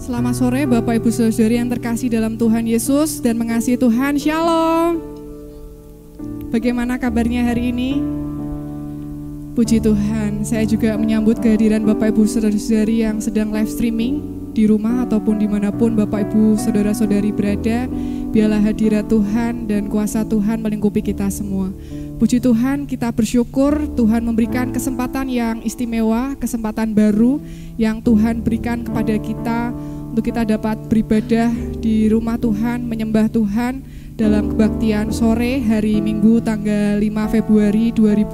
Selamat sore Bapak Ibu Saudari yang terkasih dalam Tuhan Yesus dan mengasihi Tuhan. Shalom. Bagaimana kabarnya hari ini? Puji Tuhan, saya juga menyambut kehadiran Bapak Ibu Saudari yang sedang live streaming di rumah ataupun dimanapun Bapak Ibu Saudara-saudari berada. Biarlah hadirat Tuhan dan kuasa Tuhan melingkupi kita semua. Puji Tuhan, kita bersyukur Tuhan memberikan kesempatan yang istimewa, kesempatan baru yang Tuhan berikan kepada kita untuk kita dapat beribadah di rumah Tuhan, menyembah Tuhan dalam kebaktian sore hari Minggu tanggal 5 Februari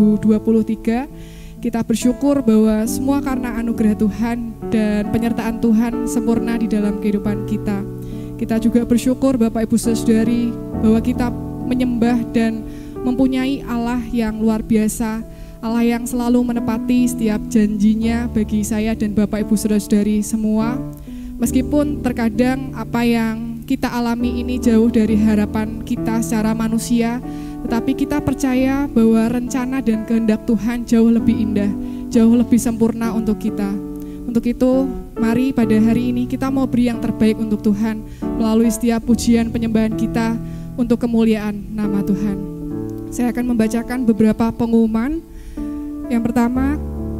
2023. Kita bersyukur bahwa semua karena anugerah Tuhan dan penyertaan Tuhan sempurna di dalam kehidupan kita. Kita juga bersyukur Bapak Ibu Saudari bahwa kita menyembah dan mempunyai Allah yang luar biasa, Allah yang selalu menepati setiap janjinya bagi saya dan Bapak Ibu Saudara-saudari semua. Meskipun terkadang apa yang kita alami ini jauh dari harapan kita secara manusia, tetapi kita percaya bahwa rencana dan kehendak Tuhan jauh lebih indah, jauh lebih sempurna untuk kita. Untuk itu, mari pada hari ini kita mau beri yang terbaik untuk Tuhan melalui setiap pujian penyembahan kita untuk kemuliaan nama Tuhan. Saya akan membacakan beberapa pengumuman. Yang pertama,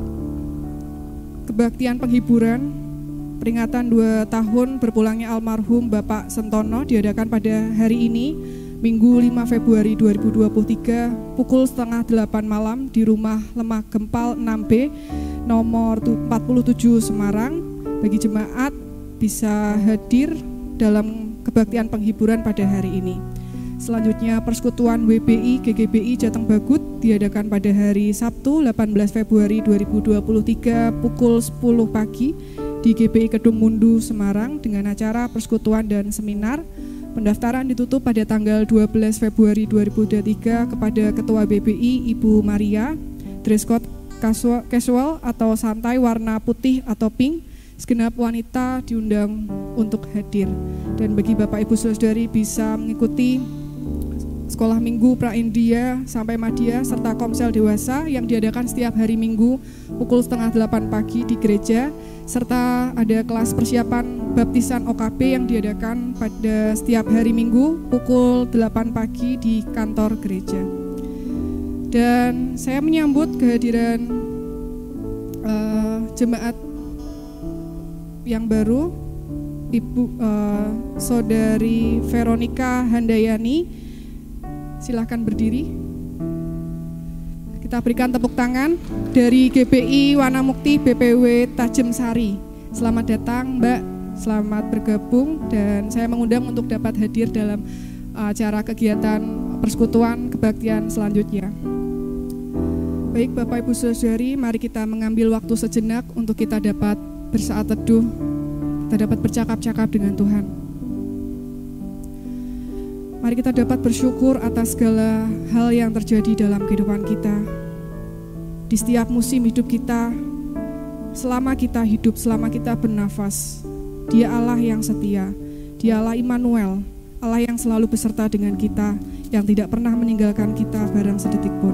kebaktian penghiburan peringatan 2 tahun berpulangnya almarhum Bapak Sentono diadakan pada hari ini, Minggu 5 Februari 2023, pukul 7:30 malam di Rumah Lemah Gempal 6B, nomor 47 Semarang. Bagi jemaat bisa hadir dalam kebaktian penghiburan pada hari ini. Selanjutnya persekutuan WBI GGBI Jateng Bagut diadakan pada hari Sabtu 18 Februari 2023 pukul 10 pagi di GBI Kedung Mundu Semarang dengan acara persekutuan dan seminar. Pendaftaran ditutup pada tanggal 12 Februari 2023 kepada Ketua BBI Ibu Maria. Dress code casual atau santai warna putih atau pink. Segenap wanita diundang untuk hadir. Dan bagi Bapak Ibu Saudari bisa mengikuti Sekolah Minggu Pra-India sampai Madya serta Komsel Dewasa yang diadakan setiap hari Minggu pukul 7:30 pagi di gereja, serta ada kelas persiapan baptisan OKP yang diadakan pada setiap hari Minggu pukul 8 pagi di kantor gereja. Dan saya menyambut kehadiran jemaat yang baru, Ibu Saudari Veronica Handayani. Silahkan berdiri. Kita berikan tepuk tangan dari GBI Wanamukti BPW Tajem Sari. Selamat datang Mbak, selamat bergabung dan saya mengundang untuk dapat hadir dalam acara kegiatan persekutuan kebaktian selanjutnya. Baik Bapak Ibu Saudari, mari kita mengambil waktu sejenak untuk kita dapat bersaat teduh, kita dapat bercakap-cakap dengan Tuhan. Mari kita dapat bersyukur atas segala hal yang terjadi dalam kehidupan kita. Di setiap musim hidup kita, selama kita hidup, selama kita bernafas, Dia Allah yang setia, Dia Allah Immanuel, Allah yang selalu beserta dengan kita, yang tidak pernah meninggalkan kita barang sedetik pun.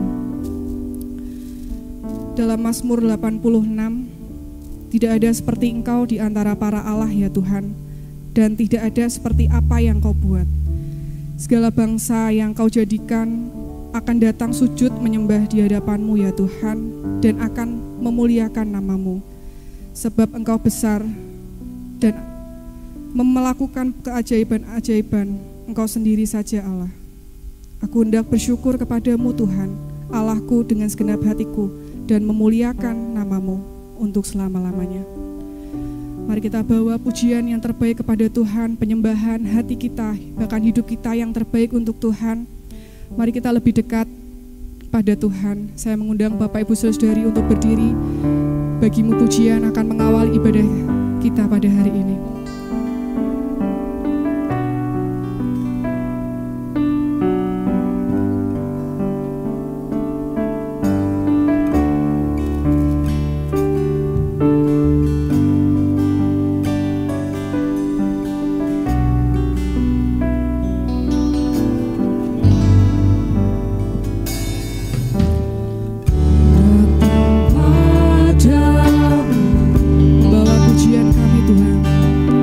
Dalam Mazmur 86, tidak ada seperti Engkau di antara para Allah ya Tuhan, dan tidak ada seperti apa yang Kau buat. Segala bangsa yang Kau jadikan akan datang sujud menyembah di hadapan-Mu ya Tuhan, dan akan memuliakan nama-Mu. Sebab Engkau besar dan melakukan keajaiban-ajaiban, Engkau sendiri saja Allah. Aku hendak bersyukur kepadamu Tuhan, Allahku dengan segenap hatiku, dan memuliakan nama-Mu untuk selama-lamanya. Mari kita bawa pujian yang terbaik kepada Tuhan, penyembahan hati kita, bahkan hidup kita yang terbaik untuk Tuhan. Mari kita lebih dekat pada Tuhan. Saya mengundang Bapak Ibu Saudari untuk berdiri. Bagimu pujian akan mengawal ibadah kita pada hari ini. Bawa pujian kami Tuhan.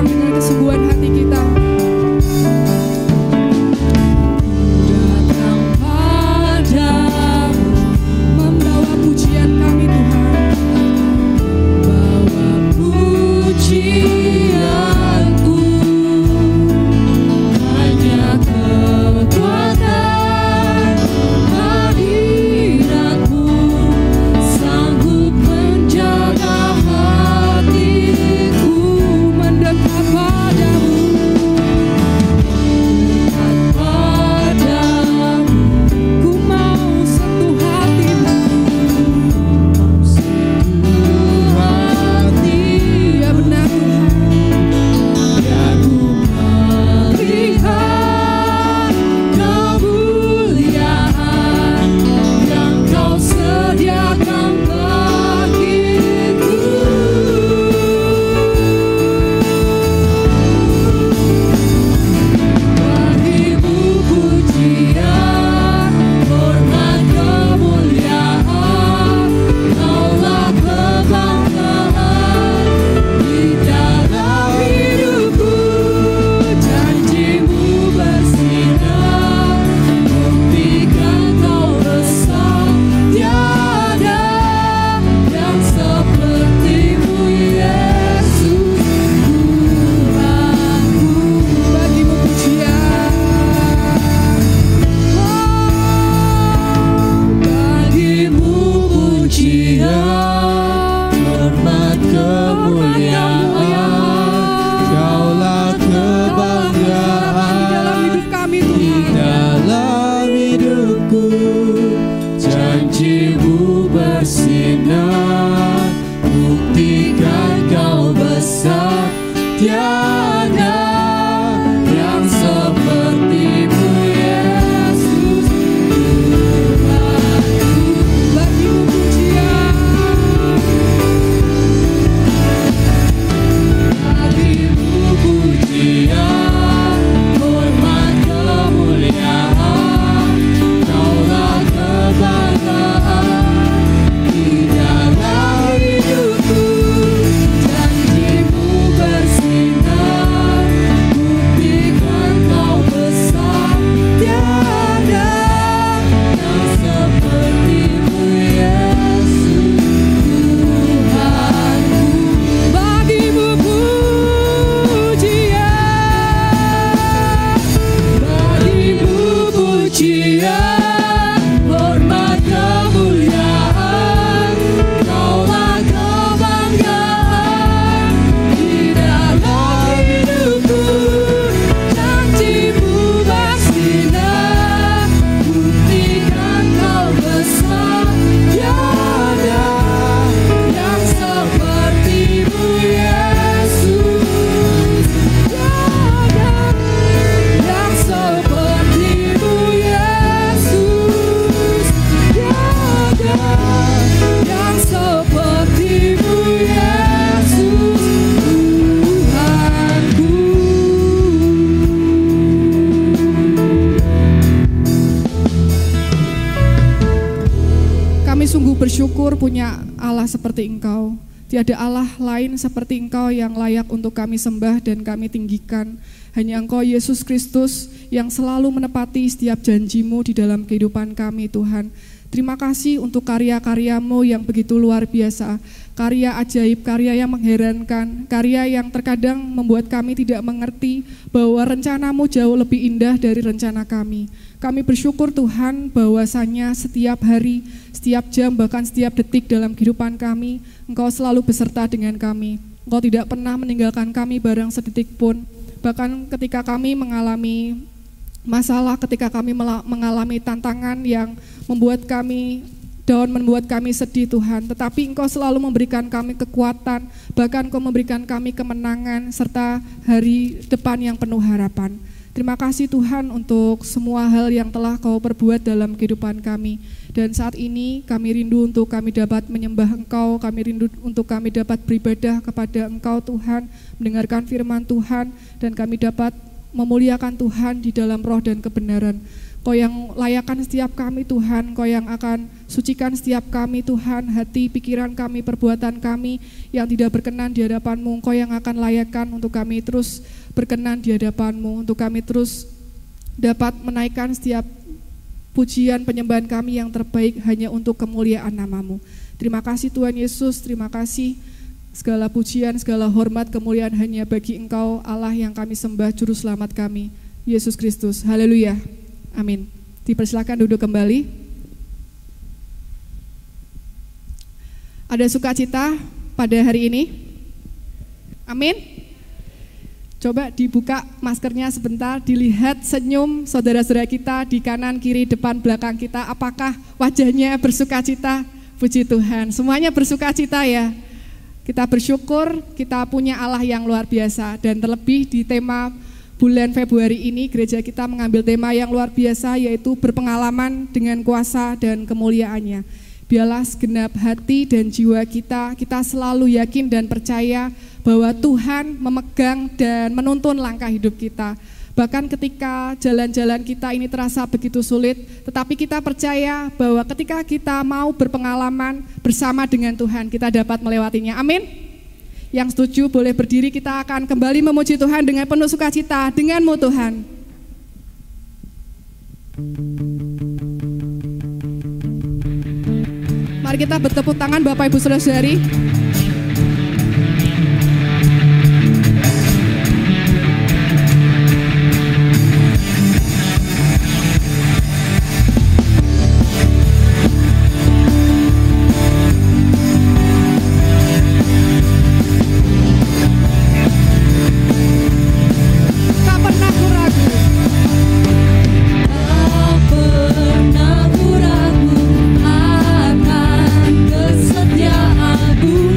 dengan kesungguhan hati kita. Bersyukur punya Allah seperti Engkau. Tiada Allah lain seperti Engkau yang layak untuk kami sembah dan kami tinggikan. Hanya Engkau Yesus Kristus yang selalu menepati setiap janji-Mu di dalam kehidupan kami, Tuhan. Terima kasih untuk karya-karya-Mu yang begitu luar biasa. Karya ajaib, karya yang mengherankan, karya yang terkadang membuat kami tidak mengerti bahwa rencana-Mu jauh lebih indah dari rencana kami. Kami bersyukur Tuhan bahwasanya setiap hari, setiap jam, bahkan setiap detik dalam kehidupan kami, Engkau selalu beserta dengan kami. Engkau tidak pernah meninggalkan kami barang sedetik pun. Bahkan ketika kami mengalami masalah, ketika kami mengalami tantangan yang membuat kami down, membuat kami sedih Tuhan, tetapi Engkau selalu memberikan kami kekuatan, bahkan Engkau memberikan kami kemenangan serta hari depan yang penuh harapan. Terima kasih Tuhan untuk semua hal yang telah Kau perbuat dalam kehidupan kami. Dan saat ini kami rindu untuk kami dapat menyembah Engkau, kami rindu untuk kami dapat beribadah kepada Engkau Tuhan, mendengarkan firman Tuhan, dan kami dapat memuliakan Tuhan di dalam roh dan kebenaran. Kau yang layakan setiap kami Tuhan, Kau yang akan sucikan setiap kami Tuhan, hati, pikiran kami, perbuatan kami yang tidak berkenan di hadapan-Mu. Kau yang akan layakan untuk kami terus berkenan di hadapan-Mu, untuk kami terus dapat menaikkan setiap pujian penyembahan kami yang terbaik hanya untuk kemuliaan nama-Mu. Terima kasih Tuhan Yesus, terima kasih. Segala pujian, segala hormat, kemuliaan hanya bagi Engkau Allah yang kami sembah, Juru Selamat kami, Yesus Kristus. Haleluya. Amin. Dipersilakan duduk kembali. Ada sukacita pada hari ini? Amin. Coba dibuka maskernya sebentar, dilihat senyum saudara-saudara kita di kanan, kiri, depan, belakang kita. Apakah wajahnya bersukacita? Puji Tuhan. Semuanya bersukacita ya. Kita bersyukur kita punya Allah yang luar biasa, dan terlebih di tema bulan Februari ini gereja kita mengambil tema yang luar biasa, yaitu berpengalaman dengan kuasa dan kemuliaannya. Biarlah segenap hati dan jiwa kita selalu yakin dan percaya bahwa Tuhan memegang dan menuntun langkah hidup kita. Bahkan ketika jalan-jalan kita ini terasa begitu sulit, tetapi kita percaya bahwa ketika kita mau berpengalaman bersama dengan Tuhan, kita dapat melewatinya. Amin. Yang setuju boleh berdiri, kita akan kembali memuji Tuhan dengan penuh sukacita. Denganmu Tuhan. Mari kita bertepuk tangan Bapak Ibu Saudara-saudari. Pernah ku ragu akan kesetiaan-Mu.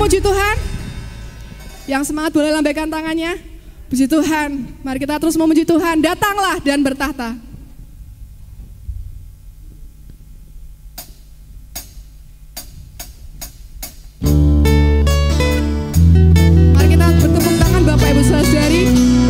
memuji Tuhan? Yang semangat boleh lambaikan tangannya. Puji Tuhan. Mari kita terus memuji Tuhan. Datanglah dan bertahta. Mari kita bertepuk tangan Bapak Ibu Saudari.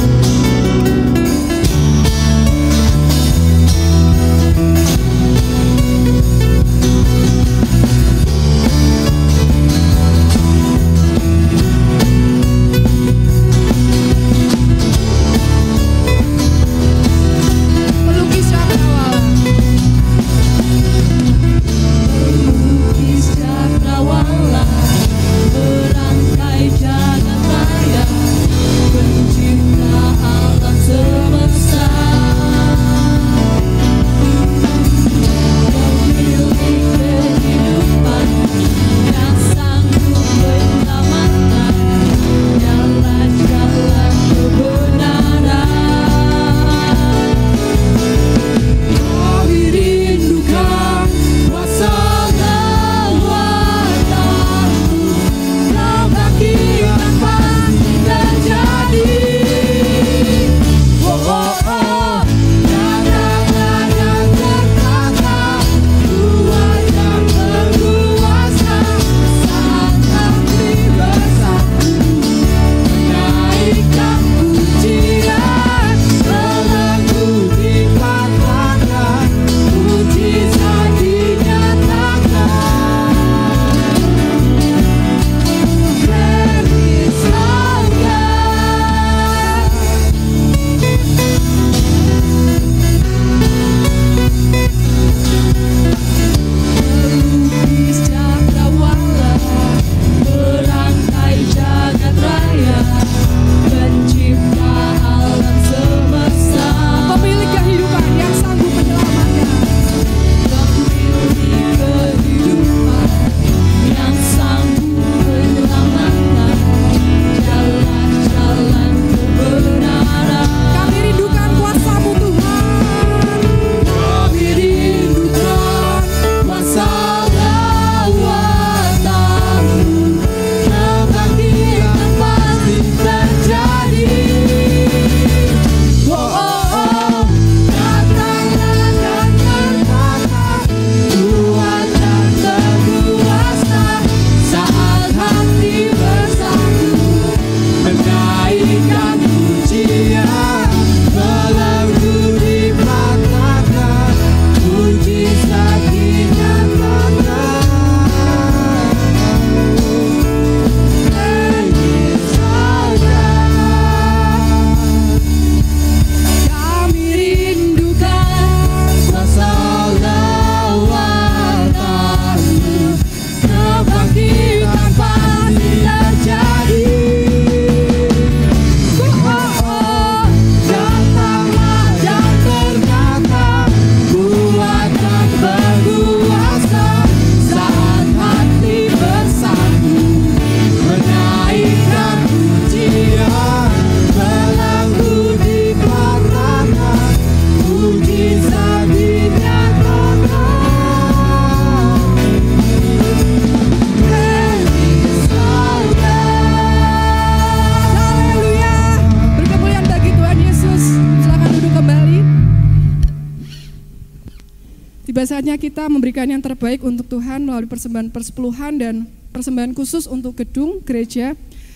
Tiba saatnya kita memberikan yang terbaik untuk Tuhan melalui persembahan persepuluhan dan persembahan khusus untuk gedung gereja.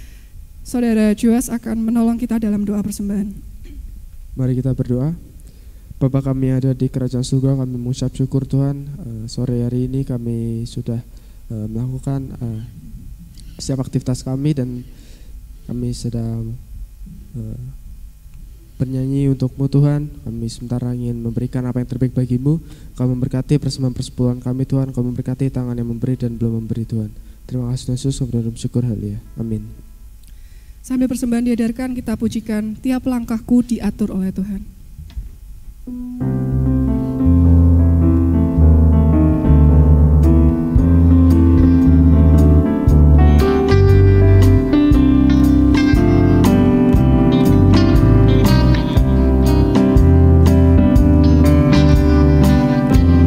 Saudara Joas akan menolong kita dalam doa persembahan. Mari kita berdoa. Bapa kami ada di kerajaan surga, kami mengucap syukur Tuhan. Sore hari ini kami sudah melakukan setiap aktivitas kami dan kami sedang bernyanyi untuk-Mu Tuhan. Kami sebentar ingin memberikan apa yang terbaik bagi-Mu. Kau memberkati persembahan persepuluhan kami Tuhan. Kau memberkati tangan yang memberi dan belum memberi Tuhan. Terima kasih Tuhan Yesus, kami dalam syukur haleluya. Amin. Sambil persembahan diedarkan, kita pujikan tiap langkahku diatur oleh Tuhan.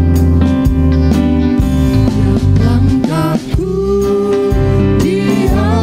Langkahku diatur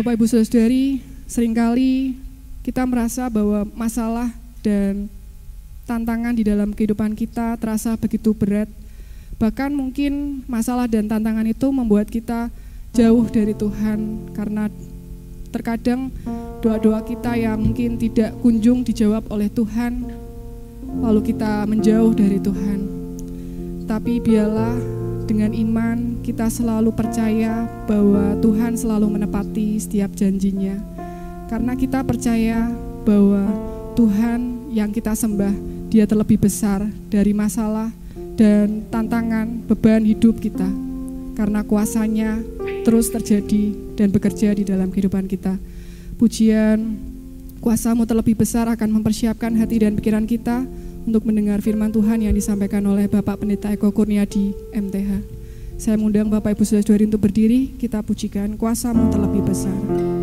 Bapak Ibu Saudari, seringkali kita merasa bahwa masalah dan tantangan di dalam kehidupan kita terasa begitu berat. Bahkan mungkin masalah dan tantangan itu membuat kita jauh dari Tuhan, karena terkadang doa-doa kita yang mungkin tidak kunjung dijawab oleh Tuhan, lalu kita menjauh dari Tuhan. Tapi biarlah dengan iman kita selalu percaya bahwa Tuhan selalu menepati setiap janjinya. Karena kita percaya bahwa Tuhan yang kita sembah, Dia terlebih besar dari masalah dan tantangan beban hidup kita. Karena kuasa-Nya terus terjadi dan bekerja di dalam kehidupan kita. Pujian, kuasa-Mu terlebih besar akan mempersiapkan hati dan pikiran kita untuk mendengar firman Tuhan yang disampaikan oleh Bapak Pendeta Eko Kurniadi MTH. Saya mengundang Bapak Ibu Saudari untuk berdiri, kita pujikan kuasa-Mu terlebih besar.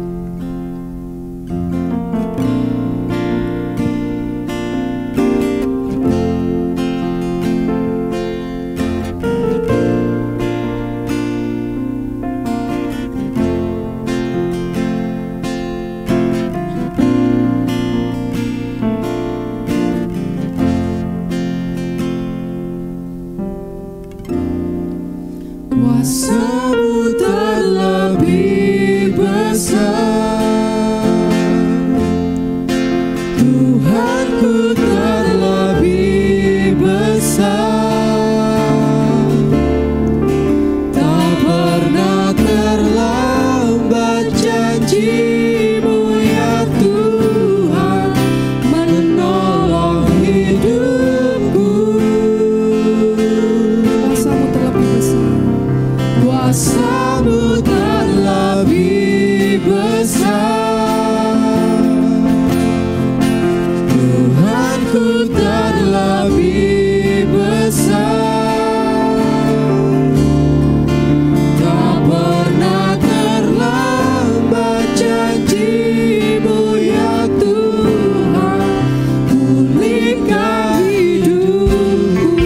Kuasa-Mu terlebih besar, Tuhanku terlebih besar, tak pernah terlambat janji-Mu ya Tuhan menolong hidupku. Kuasa-Mu terlebih besar. Kuasa-Mu terlebih besar, Tuhanku terlebih besar, tak pernah terlambat janji-Mu ya Tuhan, pulihkan hidupku.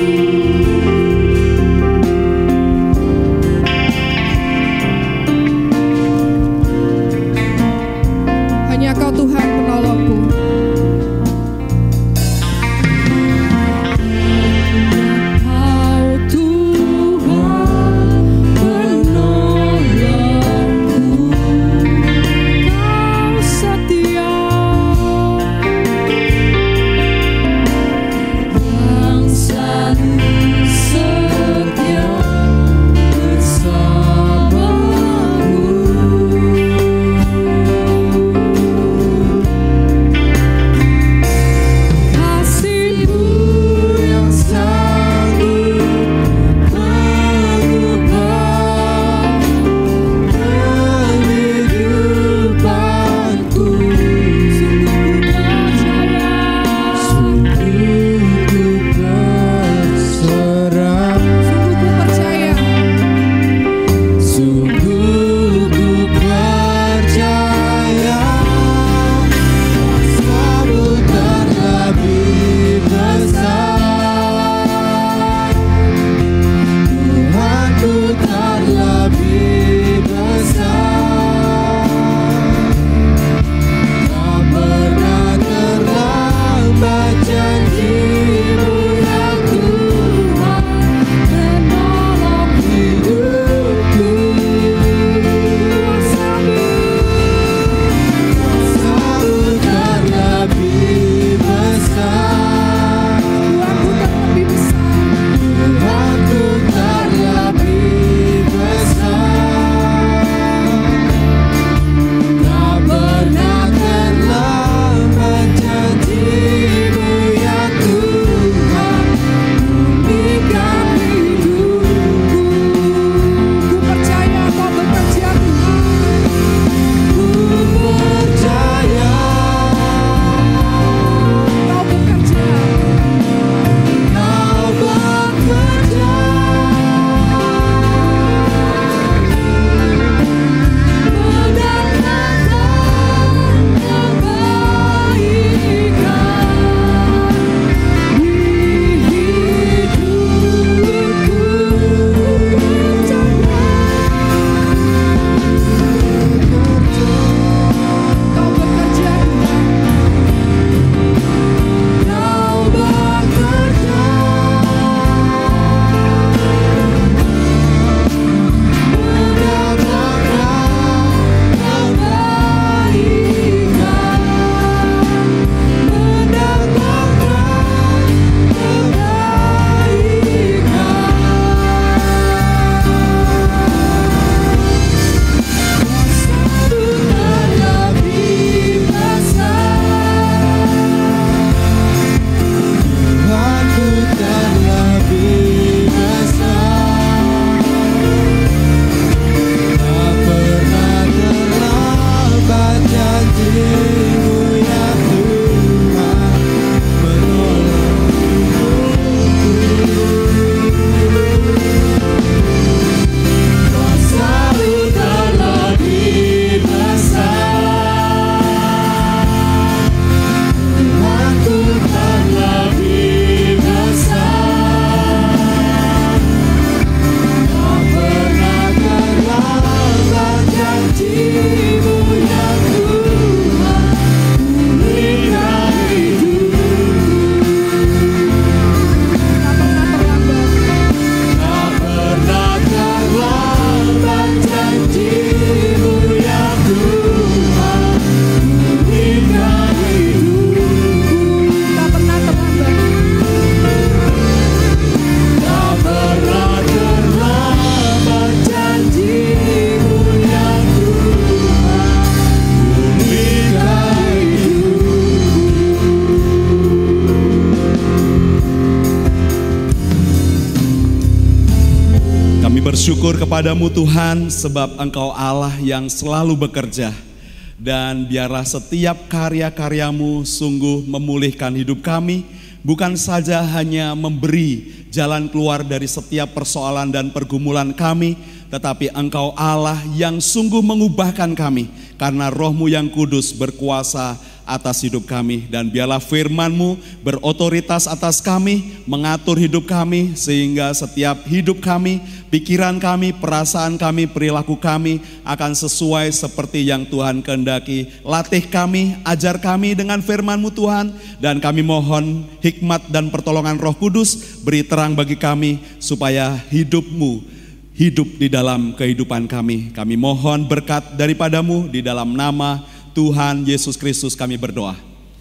bersyukur kepadamu Tuhan, sebab Engkau Allah yang selalu bekerja. Dan biarlah setiap karya-karyamu sungguh memulihkan hidup kami, bukan saja hanya memberi jalan keluar dari setiap persoalan dan pergumulan kami, tetapi Engkau Allah yang sungguh mengubahkan kami, karena Roh-Mu yang kudus berkuasa atas hidup kami. Dan biarlah firman-Mu berotoritas atas kami, mengatur hidup kami, sehingga setiap hidup kami, pikiran kami, perasaan kami, perilaku kami akan sesuai seperti yang Tuhan kehendaki. Latih kami, ajar kami dengan firman-Mu Tuhan, dan kami mohon hikmat dan pertolongan Roh Kudus, beri terang bagi kami supaya hidup-Mu hidup di dalam kehidupan kami. Kami mohon berkat daripada-Mu, di dalam nama Tuhan Yesus Kristus kami berdoa.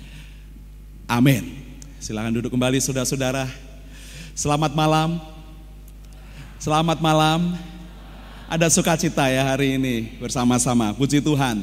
Amin. Silakan duduk kembali saudara-saudara. Selamat malam. Selamat malam. Ada sukacita ya hari ini bersama-sama. Puji Tuhan.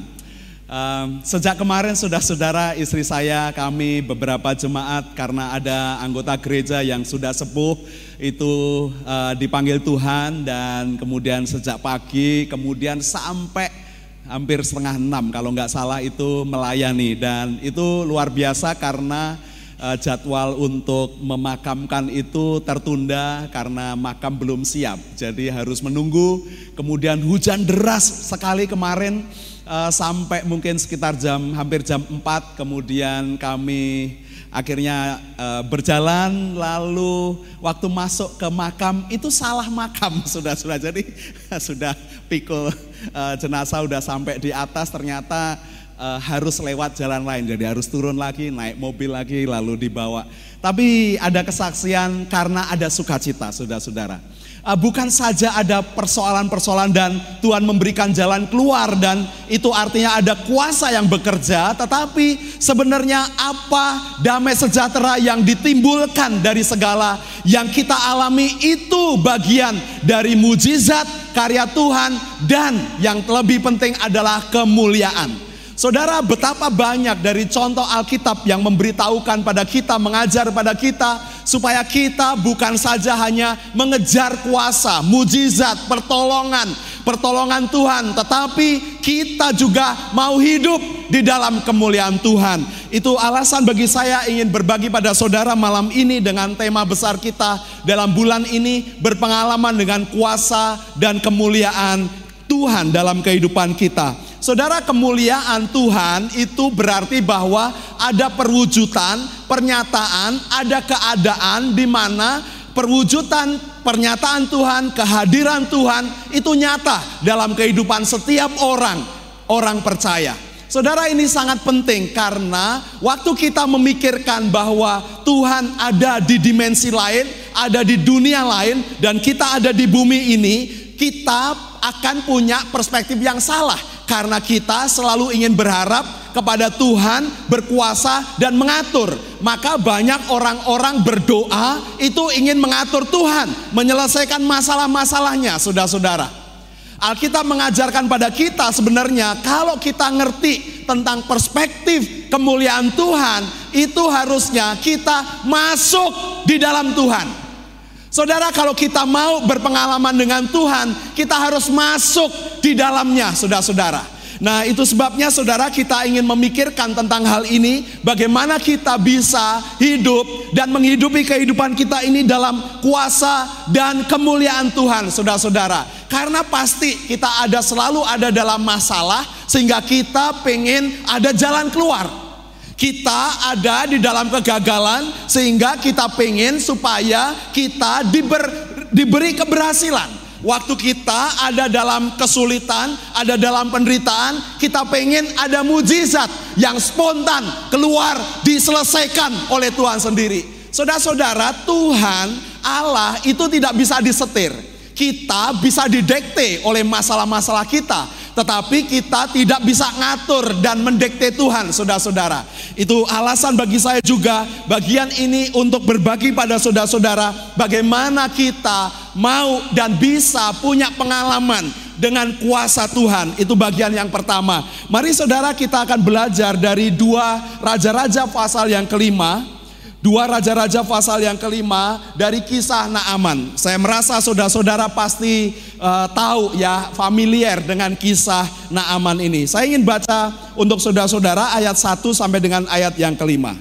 Sejak kemarin saudara-saudara, istri saya, kami beberapa jemaat, karena ada anggota gereja yang sudah sepuh itu dipanggil Tuhan, dan kemudian sejak pagi kemudian sampai hampir 5:30 kalau nggak salah itu melayani. Dan itu luar biasa karena jadwal untuk memakamkan itu tertunda karena makam belum siap, jadi harus menunggu. Kemudian hujan deras sekali kemarin, sampai mungkin sekitar hampir jam 4, kemudian kami akhirnya berjalan. Lalu waktu masuk ke makam itu salah makam sudah jadi sudah pikul jenazah udah sampai di atas, ternyata harus lewat jalan lain, jadi harus turun lagi, naik mobil lagi, lalu dibawa. Tapi ada kesaksian karena ada sukacita saudara-saudara. Bukan saja ada persoalan-persoalan dan Tuhan memberikan jalan keluar, dan itu artinya ada kuasa yang bekerja, tetapi sebenarnya apa damai sejahtera yang ditimbulkan dari segala yang kita alami itu bagian dari mujizat karya Tuhan, dan yang lebih penting adalah kemuliaan. Saudara, betapa banyak dari contoh Alkitab yang memberitahukan pada kita, mengajar pada kita, supaya kita bukan saja hanya mengejar kuasa, mujizat, pertolongan Tuhan, tetapi kita juga mau hidup di dalam kemuliaan Tuhan. Itu alasan bagi saya ingin berbagi pada saudara malam ini dengan tema besar kita dalam bulan ini, berpengalaman dengan kuasa dan kemuliaan Tuhan dalam kehidupan kita. Saudara, kemuliaan Tuhan itu berarti bahwa ada perwujudan, pernyataan, ada keadaan di mana perwujudan, pernyataan Tuhan, kehadiran Tuhan itu nyata dalam kehidupan setiap orang percaya. Saudara, ini sangat penting karena waktu kita memikirkan bahwa Tuhan ada di dimensi lain, ada di dunia lain, dan kita ada di bumi ini, kita akan punya perspektif yang salah. Karena kita selalu ingin berharap kepada Tuhan berkuasa dan mengatur. Maka banyak orang-orang berdoa itu ingin mengatur Tuhan, menyelesaikan masalah-masalahnya, saudara-saudara. Alkitab mengajarkan pada kita sebenarnya kalau kita ngerti tentang perspektif kemuliaan Tuhan, itu harusnya kita masuk di dalam Tuhan. Saudara, kalau kita mau berpengalaman dengan Tuhan, kita harus masuk di dalamnya, saudara-saudara. Nah, itu sebabnya saudara, kita ingin memikirkan tentang hal ini, bagaimana kita bisa hidup dan menghidupi kehidupan kita ini dalam kuasa dan kemuliaan Tuhan, saudara-saudara. Karena pasti kita selalu ada dalam masalah, sehingga kita pengen ada jalan keluar. Kita ada di dalam kegagalan, sehingga kita pengen supaya kita diberi keberhasilan. Waktu kita ada dalam kesulitan, ada dalam penderitaan, kita pengen ada mujizat yang spontan keluar, diselesaikan oleh Tuhan sendiri. Saudara-saudara, Tuhan Allah itu tidak bisa disetir. Kita bisa didikte oleh masalah-masalah kita, tetapi kita tidak bisa ngatur dan mendikte Tuhan, saudara-saudara. Itu alasan bagi saya juga bagian ini untuk berbagi pada saudara-saudara bagaimana kita mau dan bisa punya pengalaman dengan kuasa Tuhan. Itu bagian yang pertama. Mari saudara, kita akan belajar dari 2 Raja-Raja pasal yang kelima. 2 Raja-Raja pasal yang kelima dari kisah Naaman. Saya merasa saudara-saudara pasti tahu ya, familiar dengan kisah Naaman ini. Saya ingin baca untuk saudara-saudara ayat 1 sampai dengan ayat yang kelima.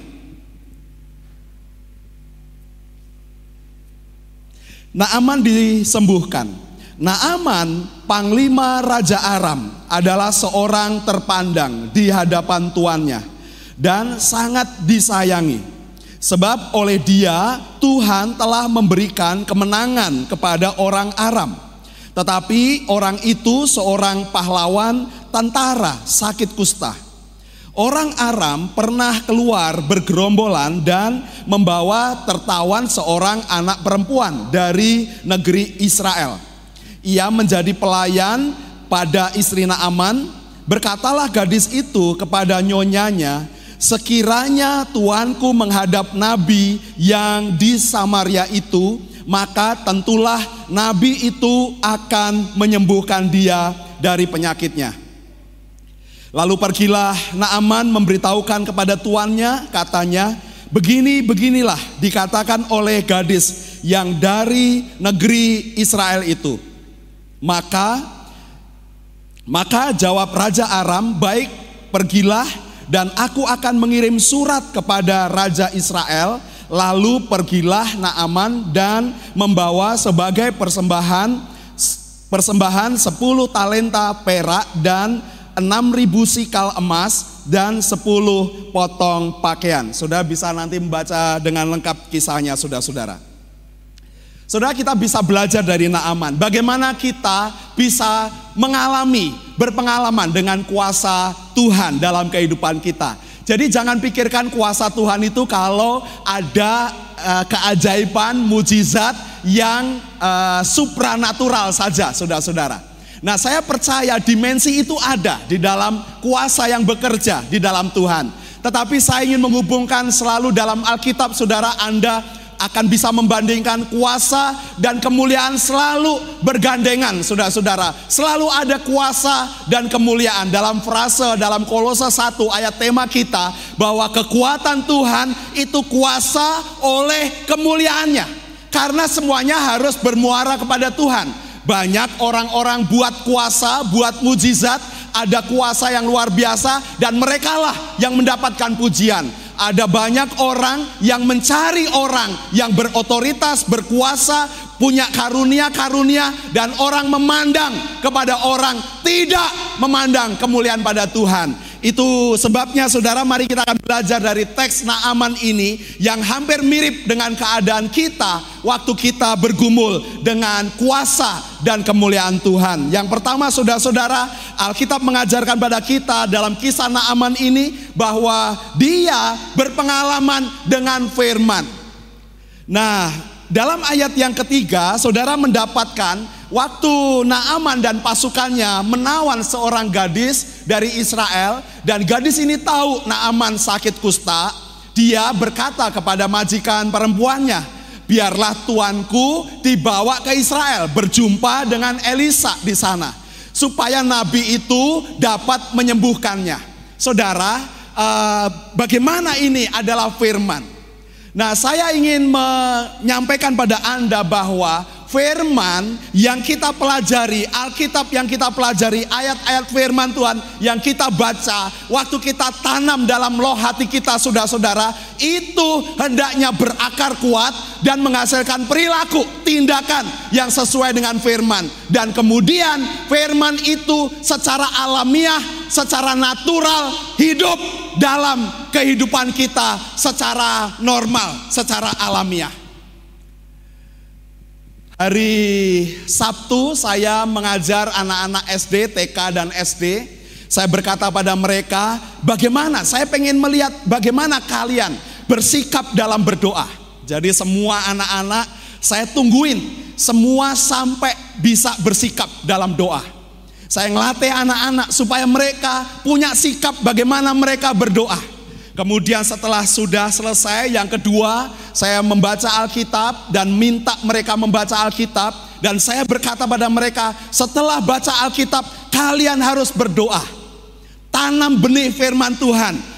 Naaman disembuhkan. Naaman, panglima Raja Aram, adalah seorang terpandang di hadapan tuannya dan sangat disayangi. Sebab oleh dia Tuhan telah memberikan kemenangan kepada orang Aram. Tetapi orang itu seorang pahlawan tentara sakit kusta. Orang Aram pernah keluar bergerombolan dan membawa tertawan seorang anak perempuan dari negeri Israel. Ia menjadi pelayan pada istri Naaman. Berkatalah gadis itu kepada nyonyanya, sekiranya tuanku menghadap nabi yang di Samaria itu, maka tentulah nabi itu akan menyembuhkan dia dari penyakitnya. Lalu pergilah Naaman memberitahukan kepada tuannya, katanya, beginilah dikatakan oleh gadis yang dari negeri Israel itu. Maka jawab Raja Aram, baik, pergilah, dan aku akan mengirim surat kepada Raja Israel. Lalu pergilah Naaman dan membawa sebagai persembahan 10 talenta perak dan 6.000 sikal emas dan 10 potong pakaian. Saudara bisa nanti membaca dengan lengkap kisahnya, saudara-saudara. Saudara, kita bisa belajar dari Naaman. Bagaimana kita bisa berpengalaman dengan kuasa Tuhan dalam kehidupan kita. Jadi jangan pikirkan kuasa Tuhan itu kalau ada keajaiban, mujizat yang supranatural saja, saudara-saudara. Nah, saya percaya dimensi itu ada di dalam kuasa yang bekerja di dalam Tuhan. Tetapi saya ingin menghubungkan selalu dalam Alkitab, saudara, Anda akan bisa membandingkan kuasa dan kemuliaan selalu bergandengan, saudara-saudara. Selalu ada kuasa dan kemuliaan. Dalam frase dalam Kolose 1 ayat tema kita, bahwa kekuatan Tuhan itu kuasa oleh kemuliaannya. Karena semuanya harus bermuara kepada Tuhan. Banyak orang-orang buat kuasa, buat mujizat, ada kuasa yang luar biasa, dan merekalah yang mendapatkan pujian. Ada banyak orang yang mencari orang yang berotoritas, berkuasa, punya karunia-karunia, dan orang memandang kepada orang, tidak memandang kemuliaan pada Tuhan. Itu sebabnya, saudara, mari kita akan belajar dari teks Naaman ini yang hampir mirip dengan keadaan kita waktu kita bergumul dengan kuasa dan kemuliaan Tuhan. Yang pertama, saudara-saudara, Alkitab mengajarkan pada kita dalam kisah Naaman ini bahwa dia berpengalaman dengan firman. Nah, dalam ayat yang ketiga, saudara mendapatkan waktu Naaman dan pasukannya menawan seorang gadis dari Israel, dan gadis ini tahu Naaman sakit kusta. Dia berkata kepada majikan perempuannya, biarlah tuanku dibawa ke Israel, berjumpa dengan Elisa di sana, supaya nabi itu dapat menyembuhkannya. Saudara, bagaimana ini adalah firman. Nah, saya ingin menyampaikan pada Anda bahwa firman yang kita pelajari, Alkitab yang kita pelajari, ayat-ayat firman Tuhan yang kita baca, waktu kita tanam dalam loh hati kita, saudara-saudara, itu hendaknya berakar kuat dan menghasilkan perilaku, tindakan yang sesuai dengan firman. Dan kemudian firman itu secara alamiah, secara natural hidup dalam kehidupan kita secara normal, secara alamiah. Hari Sabtu saya mengajar anak-anak SD, TK dan SD. Saya berkata pada mereka, bagaimana, saya pengen melihat bagaimana kalian bersikap dalam berdoa. Jadi semua anak-anak saya tungguin, semua sampai bisa bersikap dalam doa. Saya ngelatih anak-anak supaya mereka punya sikap bagaimana mereka berdoa. Kemudian setelah sudah selesai, yang kedua saya membaca Alkitab dan minta mereka membaca Alkitab. Dan saya berkata pada mereka, setelah baca Alkitab kalian harus berdoa. Tanam benih firman Tuhan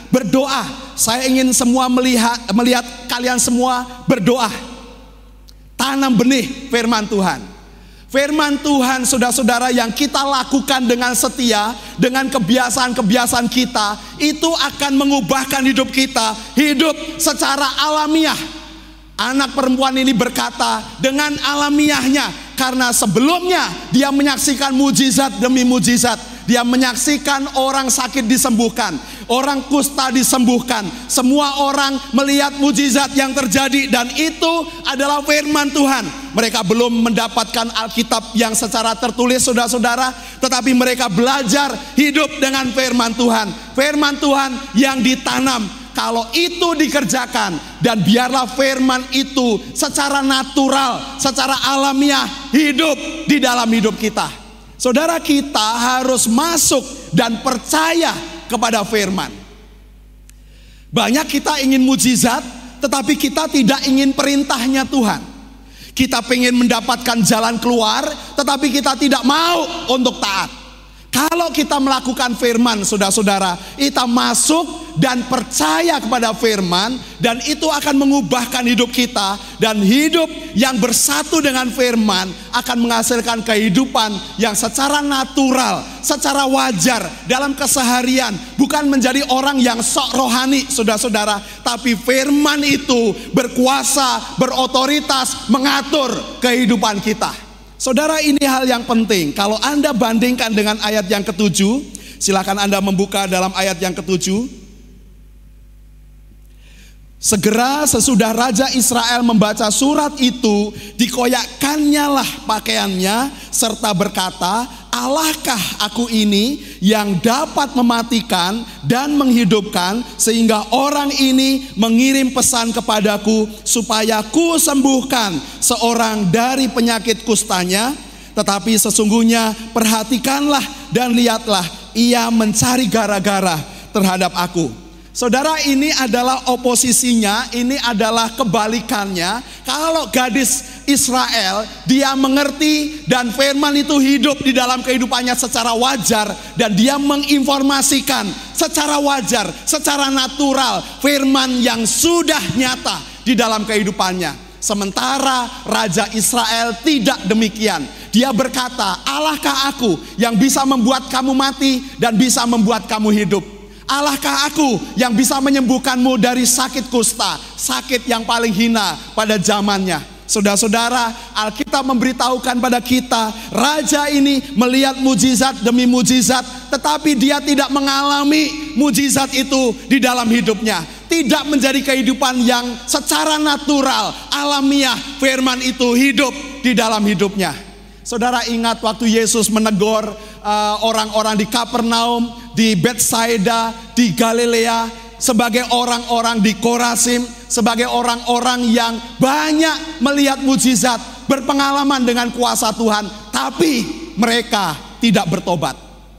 berdoa. Saya ingin semua melihat kalian semua berdoa. Tanam benih firman Tuhan. Firman Tuhan saudara-saudara yang kita lakukan dengan setia, dengan kebiasaan-kebiasaan kita, itu akan mengubahkan hidup kita, hidup secara alamiah. Anak perempuan ini berkata dengan alamiahnya, karena sebelumnya dia menyaksikan mujizat demi mujizat. Dia menyaksikan orang sakit disembuhkan, orang kusta disembuhkan. Semua orang melihat mujizat yang terjadi, dan itu adalah firman Tuhan. Mereka belum mendapatkan Alkitab yang secara tertulis saudara-saudara, tetapi mereka belajar hidup dengan firman Tuhan. Firman Tuhan yang ditanam. Kalau itu dikerjakan, dan biarlah firman itu secara natural, secara alamiah hidup di dalam hidup kita. Saudara, kita harus masuk dan percaya kepada firman. Banyak kita ingin mujizat, tetapi kita tidak ingin perintahnya Tuhan. Kita ingin mendapatkan jalan keluar, tetapi kita tidak mau untuk taat. Kalau kita melakukan firman, saudara-saudara, kita masuk dan percaya kepada firman, dan itu akan mengubahkan hidup kita. Dan hidup yang bersatu dengan firman akan menghasilkan kehidupan yang secara natural, secara wajar dalam keseharian. Bukan menjadi orang yang sok rohani, saudara-saudara, tapi firman itu berkuasa, berotoritas, mengatur kehidupan kita. Saudara, ini hal yang penting. Kalau Anda bandingkan dengan ayat yang ke-7, silakan Anda membuka dalam ayat yang ke-7. Segera sesudah Raja Israel membaca surat itu, dikoyakkannya lah pakaiannya serta berkata, Allahkah aku ini yang dapat mematikan dan menghidupkan, sehingga orang ini mengirim pesan kepadaku supaya ku sembuhkan seorang dari penyakit kustanya. Tetapi sesungguhnya perhatikanlah dan lihatlah, ia mencari gara-gara terhadap aku. Saudara, ini adalah oposisinya, ini adalah kebalikannya. Kalau gadis Israel, dia mengerti dan firman itu hidup di dalam kehidupannya secara wajar, dan dia menginformasikan secara wajar, secara natural firman yang sudah nyata di dalam kehidupannya. Sementara Raja Israel tidak demikian. Dia berkata, Allahkah aku yang bisa membuat kamu mati dan bisa membuat kamu hidup? Allahkah aku yang bisa menyembuhkanmu dari sakit kusta, sakit yang paling hina pada zamannya? Saudara-saudara, Alkitab memberitahukan pada kita, raja ini melihat mujizat demi mujizat, tetapi dia tidak mengalami mujizat itu di dalam hidupnya. Tidak menjadi kehidupan yang secara natural, alamiah, firman itu hidup di dalam hidupnya. Saudara, ingat waktu Yesus menegur orang-orang di Kapernaum, di Betsaida, di Galilea, sebagai orang-orang di Korasim, sebagai orang-orang yang banyak melihat mujizat, berpengalaman dengan kuasa Tuhan, tapi mereka tidak bertobat.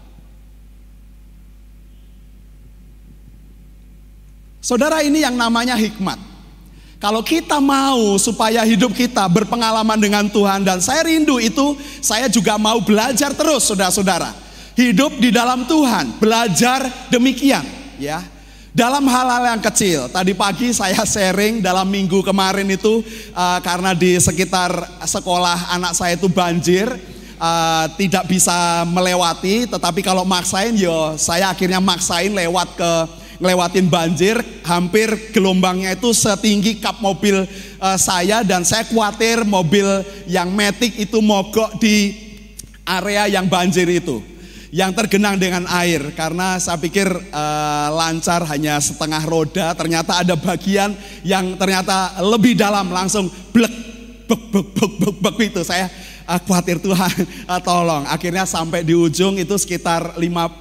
Saudara, ini yang namanya hikmat. Kalau kita mau supaya hidup kita berpengalaman dengan Tuhan, dan saya rindu itu, saya juga mau belajar terus, saudara-saudara. Hidup di dalam Tuhan, belajar demikian, ya. Dalam hal-hal yang kecil. Tadi pagi saya sharing dalam minggu kemarin itu, karena di sekitar sekolah anak saya itu banjir, tidak bisa melewati. Tetapi kalau maksain, saya akhirnya maksain ngelewatin banjir. Hampir gelombangnya itu setinggi kap mobil saya, dan saya khawatir mobil yang Matic itu mogok di area yang banjir itu, yang tergenang dengan air. Karena saya pikir lancar hanya setengah roda, ternyata ada bagian yang ternyata lebih dalam, langsung blek bek itu. Saya khawatir, Tuhan tolong. Akhirnya sampai di ujung itu sekitar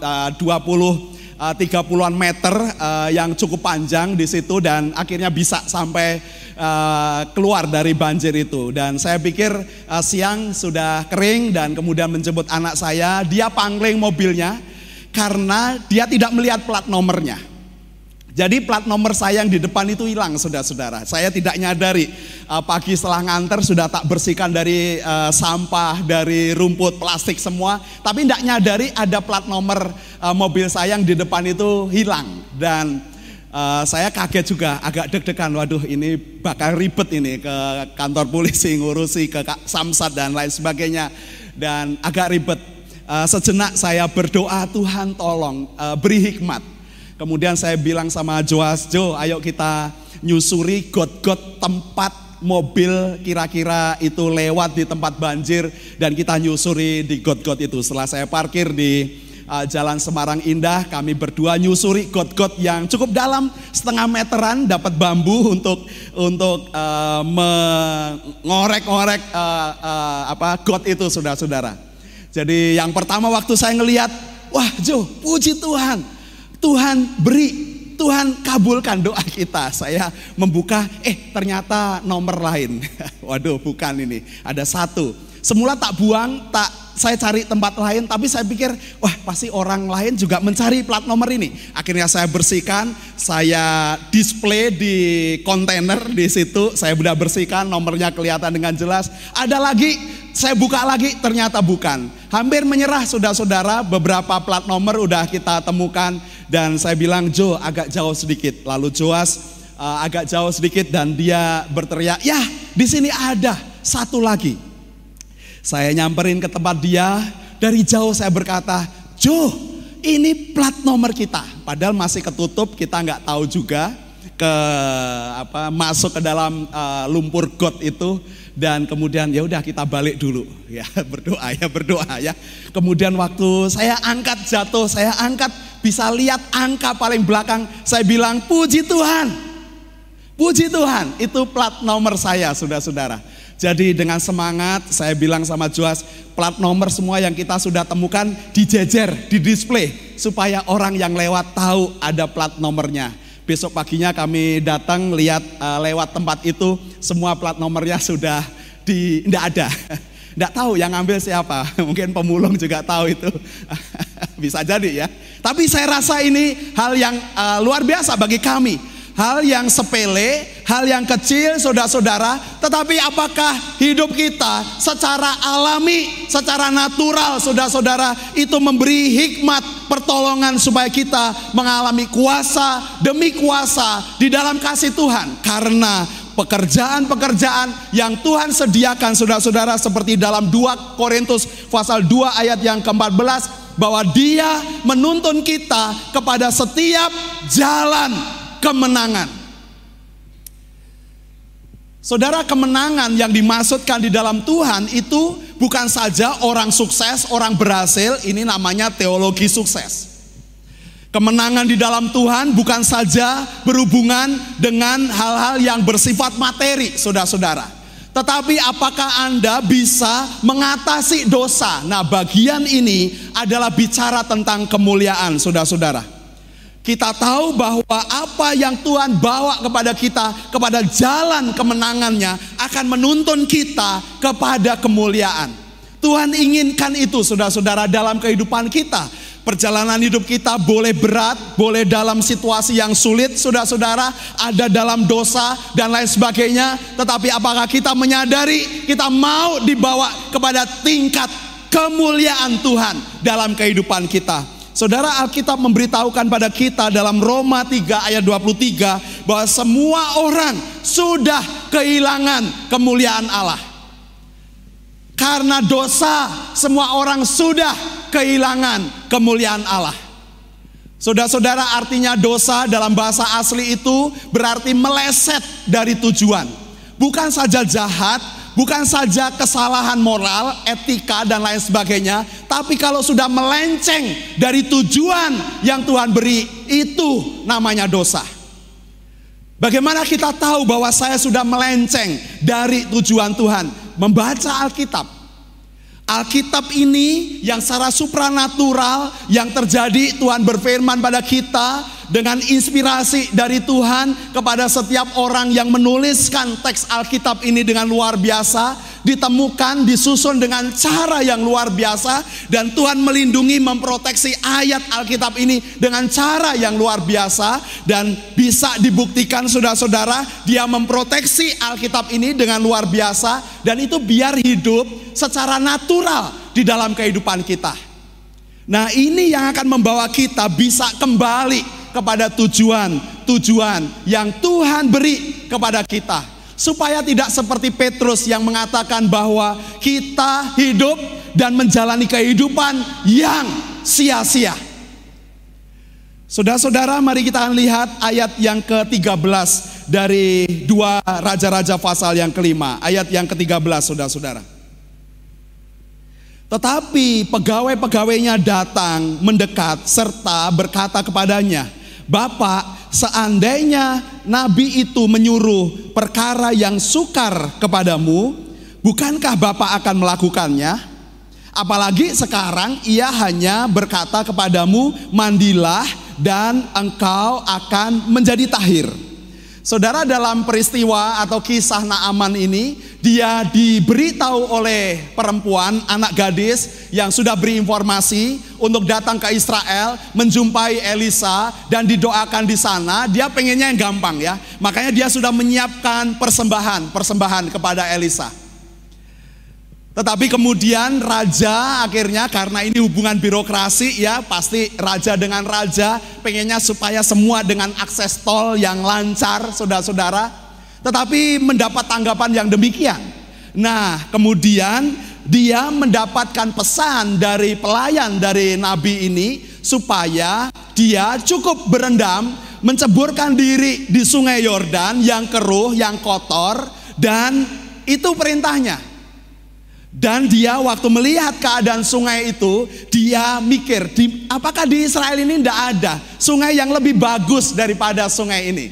30-an meter yang cukup panjang di situ, dan akhirnya bisa sampai keluar dari banjir itu. Dan saya pikir siang sudah kering, dan kemudian menjemput anak saya. Dia pangling mobilnya karena dia tidak melihat plat nomornya. Jadi plat nomor saya yang di depan itu hilang, saudara-saudara. Saya tidak nyadari, pagi setelah nganter sudah tak bersihkan dari sampah, dari rumput, plastik semua. Tapi tidak nyadari ada plat nomor mobil saya yang di depan itu hilang. Dan saya kaget juga, agak deg-degan. Waduh, ini bakal ribet ini ke kantor polisi ngurusi ke Samsat dan lain sebagainya, dan agak ribet. Sejenak saya berdoa, Tuhan tolong beri hikmat. Kemudian saya bilang sama Joas, Jo, ayo kita nyusuri got-got tempat mobil kira-kira itu lewat di tempat banjir, dan kita nyusuri di got-got itu. Setelah saya parkir di Jalan Semarang Indah, kami berdua nyusuri got-got yang cukup dalam, setengah meteran, dapat bambu untuk mengorek-ngorek got itu, saudara-saudara. Jadi yang pertama waktu saya ngelihat, wah Jo, puji Tuhan, Tuhan beri, Tuhan kabulkan doa kita. Saya membuka, ternyata nomor lain. Waduh, bukan ini, ada satu. Semula tak buang, saya cari tempat lain, tapi saya pikir, wah pasti orang lain juga mencari plat nomor ini. Akhirnya saya bersihkan, saya display di kontainer di situ, saya sudah bersihkan, nomornya kelihatan dengan jelas. Ada lagi, saya buka lagi, ternyata bukan. Hampir menyerah saudara-saudara, beberapa plat nomor udah kita temukan, dan saya bilang, Jo, agak jauh sedikit. Lalu Joas agak jauh sedikit, dan dia berteriak, ya di sini ada satu lagi. Saya nyamperin ke tempat dia, dari jauh saya berkata, Jo, ini plat nomor kita. Padahal masih ketutup, kita nggak tahu juga masuk ke dalam lumpur got itu. Dan kemudian ya udah kita balik dulu, ya berdoa ya. Kemudian waktu saya angkat jatuh, saya angkat bisa lihat angka paling belakang, saya bilang puji Tuhan, itu plat nomor saya, saudara-saudara. Jadi dengan semangat saya bilang sama Joas, plat nomor semua yang kita sudah temukan dijejer, di display, supaya orang yang lewat tahu ada plat nomornya. Besok paginya kami datang lihat lewat tempat itu, semua plat nomornya sudah tidak ada. Tidak tahu yang ngambil siapa, mungkin pemulung juga tahu itu. Bisa jadi ya. Tapi saya rasa ini hal yang luar biasa bagi kami. Hal yang sepele, hal yang kecil saudara-saudara, tetapi apakah hidup kita secara alami, secara natural saudara-saudara itu memberi hikmat pertolongan supaya kita mengalami kuasa demi kuasa di dalam kasih Tuhan. Karena pekerjaan-pekerjaan yang Tuhan sediakan saudara-saudara, seperti dalam 2 Korintus pasal 2 ayat yang ke-14, bahwa Dia menuntun kita kepada setiap jalan kemenangan. Saudara, kemenangan yang dimaksudkan di dalam Tuhan itu bukan saja orang sukses, orang berhasil, ini namanya teologi sukses. Kemenangan di dalam Tuhan bukan saja berhubungan dengan hal-hal yang bersifat materi, saudara-saudara. Tetapi apakah Anda bisa mengatasi dosa? Nah, bagian ini adalah bicara tentang kemuliaan, saudara-saudara. Kita tahu bahwa apa yang Tuhan bawa kepada kita, kepada jalan kemenangannya, akan menuntun kita kepada kemuliaan. Tuhan inginkan itu saudara-saudara dalam kehidupan kita. Perjalanan hidup kita boleh berat, boleh dalam situasi yang sulit saudara-saudara, ada dalam dosa dan lain sebagainya. Tetapi apakah kita menyadari kita mau dibawa kepada tingkat kemuliaan Tuhan dalam kehidupan kita? Saudara, Alkitab memberitahukan pada kita dalam Roma 3 ayat 23 bahwa semua orang sudah kehilangan kemuliaan Allah. Karena dosa, semua orang sudah kehilangan kemuliaan Allah. Saudara-saudara, artinya dosa dalam bahasa asli itu berarti meleset dari tujuan. Bukan saja jahat, bukan saja kesalahan moral, etika dan lain sebagainya, tapi kalau sudah melenceng dari tujuan yang Tuhan beri, itu namanya dosa. Bagaimana kita tahu bahwa saya sudah melenceng dari tujuan Tuhan? Membaca Alkitab. Alkitab ini yang secara supranatural yang terjadi, Tuhan berfirman pada kita dengan inspirasi dari Tuhan kepada setiap orang yang menuliskan teks Alkitab ini dengan luar biasa, ditemukan, disusun dengan cara yang luar biasa, dan Tuhan melindungi, memproteksi ayat Alkitab ini dengan cara yang luar biasa, dan bisa dibuktikan saudara-saudara, Dia memproteksi Alkitab ini dengan luar biasa, dan itu biar hidup secara natural di dalam kehidupan kita. Nah, ini yang akan membawa kita bisa kembali kepada tujuan yang Tuhan beri kepada kita. Supaya tidak seperti Petrus yang mengatakan bahwa kita hidup dan menjalani kehidupan yang sia-sia. Saudara-saudara, mari kita lihat ayat yang ke-13 dari 2 Raja-Raja pasal yang kelima. Ayat yang ke-13, saudara-saudara. Tetapi pegawai-pegawainya datang mendekat serta berkata kepadanya, "Bapak, seandainya nabi itu menyuruh perkara yang sukar kepadamu, bukankah Bapak akan melakukannya? Apalagi sekarang ia hanya berkata kepadamu, mandilah dan engkau akan menjadi tahir." Saudara, dalam peristiwa atau kisah Naaman ini, dia diberitahu oleh perempuan, anak gadis yang sudah beri informasi untuk datang ke Israel, menjumpai Elisa dan didoakan di sana. Dia pengennya yang gampang ya, makanya dia sudah menyiapkan persembahan kepada Elisa. Tetapi kemudian raja akhirnya, karena ini hubungan birokrasi ya, pasti raja dengan raja pengennya supaya semua dengan akses tol yang lancar, saudara-saudara. Tetapi mendapat tanggapan yang demikian. Nah, kemudian dia mendapatkan pesan dari pelayan dari nabi ini supaya dia cukup berendam, menceburkan diri di sungai Yordan yang keruh, yang kotor, dan itu perintahnya. Dan dia waktu melihat keadaan sungai itu, dia mikir, apakah di Israel ini tidak ada sungai yang lebih bagus daripada sungai ini?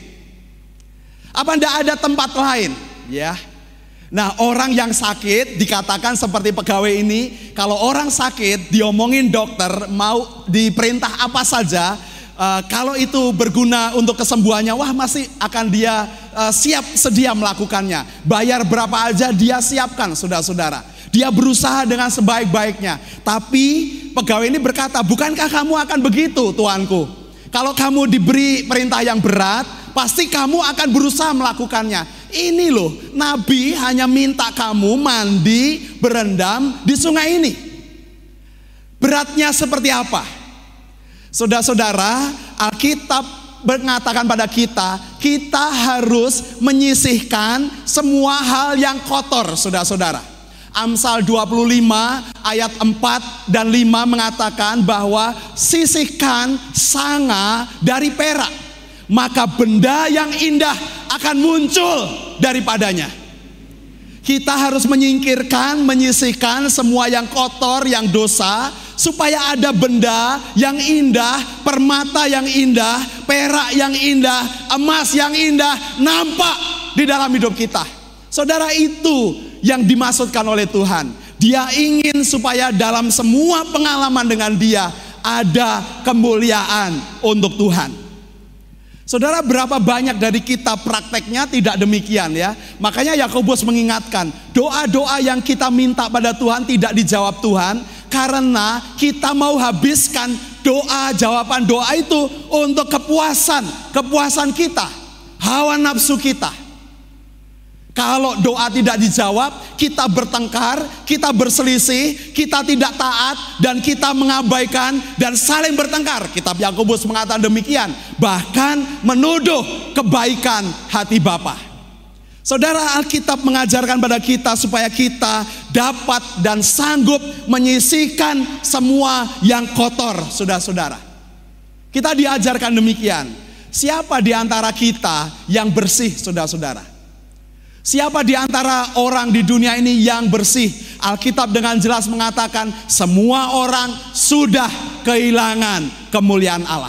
Apa tidak ada tempat lain? Ya. Nah, orang yang sakit dikatakan seperti pegawai ini, kalau orang sakit diomongin dokter mau diperintah apa saja, kalau itu berguna untuk kesembuhannya, wah masih akan dia siap sedia melakukannya. Bayar berapa aja dia siapkan, saudara-saudara. Dia berusaha dengan sebaik-baiknya. Tapi pegawai ini berkata, bukankah kamu akan begitu, tuanku? Kalau kamu diberi perintah yang berat, pasti kamu akan berusaha melakukannya. Ini loh, nabi hanya minta kamu mandi, berendam di sungai ini. Beratnya seperti apa? Saudara-saudara, Alkitab mengatakan pada kita, kita harus menyisihkan semua hal yang kotor, saudara-saudara. Amsal 25 ayat 4 dan 5 mengatakan bahwa sisihkan sanga dari perak, maka benda yang indah akan muncul daripadanya. Kita harus menyisihkan semua yang kotor, yang dosa, supaya ada benda yang indah, permata yang indah, perak yang indah, emas yang indah nampak di dalam hidup kita. Saudara, itu yang dimaksudkan oleh Tuhan. Dia ingin supaya dalam semua pengalaman dengan dia ada kemuliaan untuk Tuhan. Saudara, berapa banyak dari kita prakteknya tidak demikian ya. Makanya Yakobus mengingatkan, doa-doa yang kita minta pada Tuhan tidak dijawab Tuhan, karena kita mau habiskan jawaban doa itu untuk kepuasan kita, hawa nafsu kita. Kalau doa tidak dijawab, kita bertengkar, kita berselisih, kita tidak taat, dan kita mengabaikan dan saling bertengkar. Kitab Yakobus mengatakan demikian, bahkan menuduh kebaikan hati Bapa. Saudara, Alkitab mengajarkan pada kita supaya kita dapat dan sanggup menyisihkan semua yang kotor, saudara-saudara. Kita diajarkan demikian. Siapa di antara kita yang bersih, saudara-saudara? Siapa di antara orang di dunia ini yang bersih? Alkitab dengan jelas mengatakan semua orang sudah kehilangan kemuliaan Allah.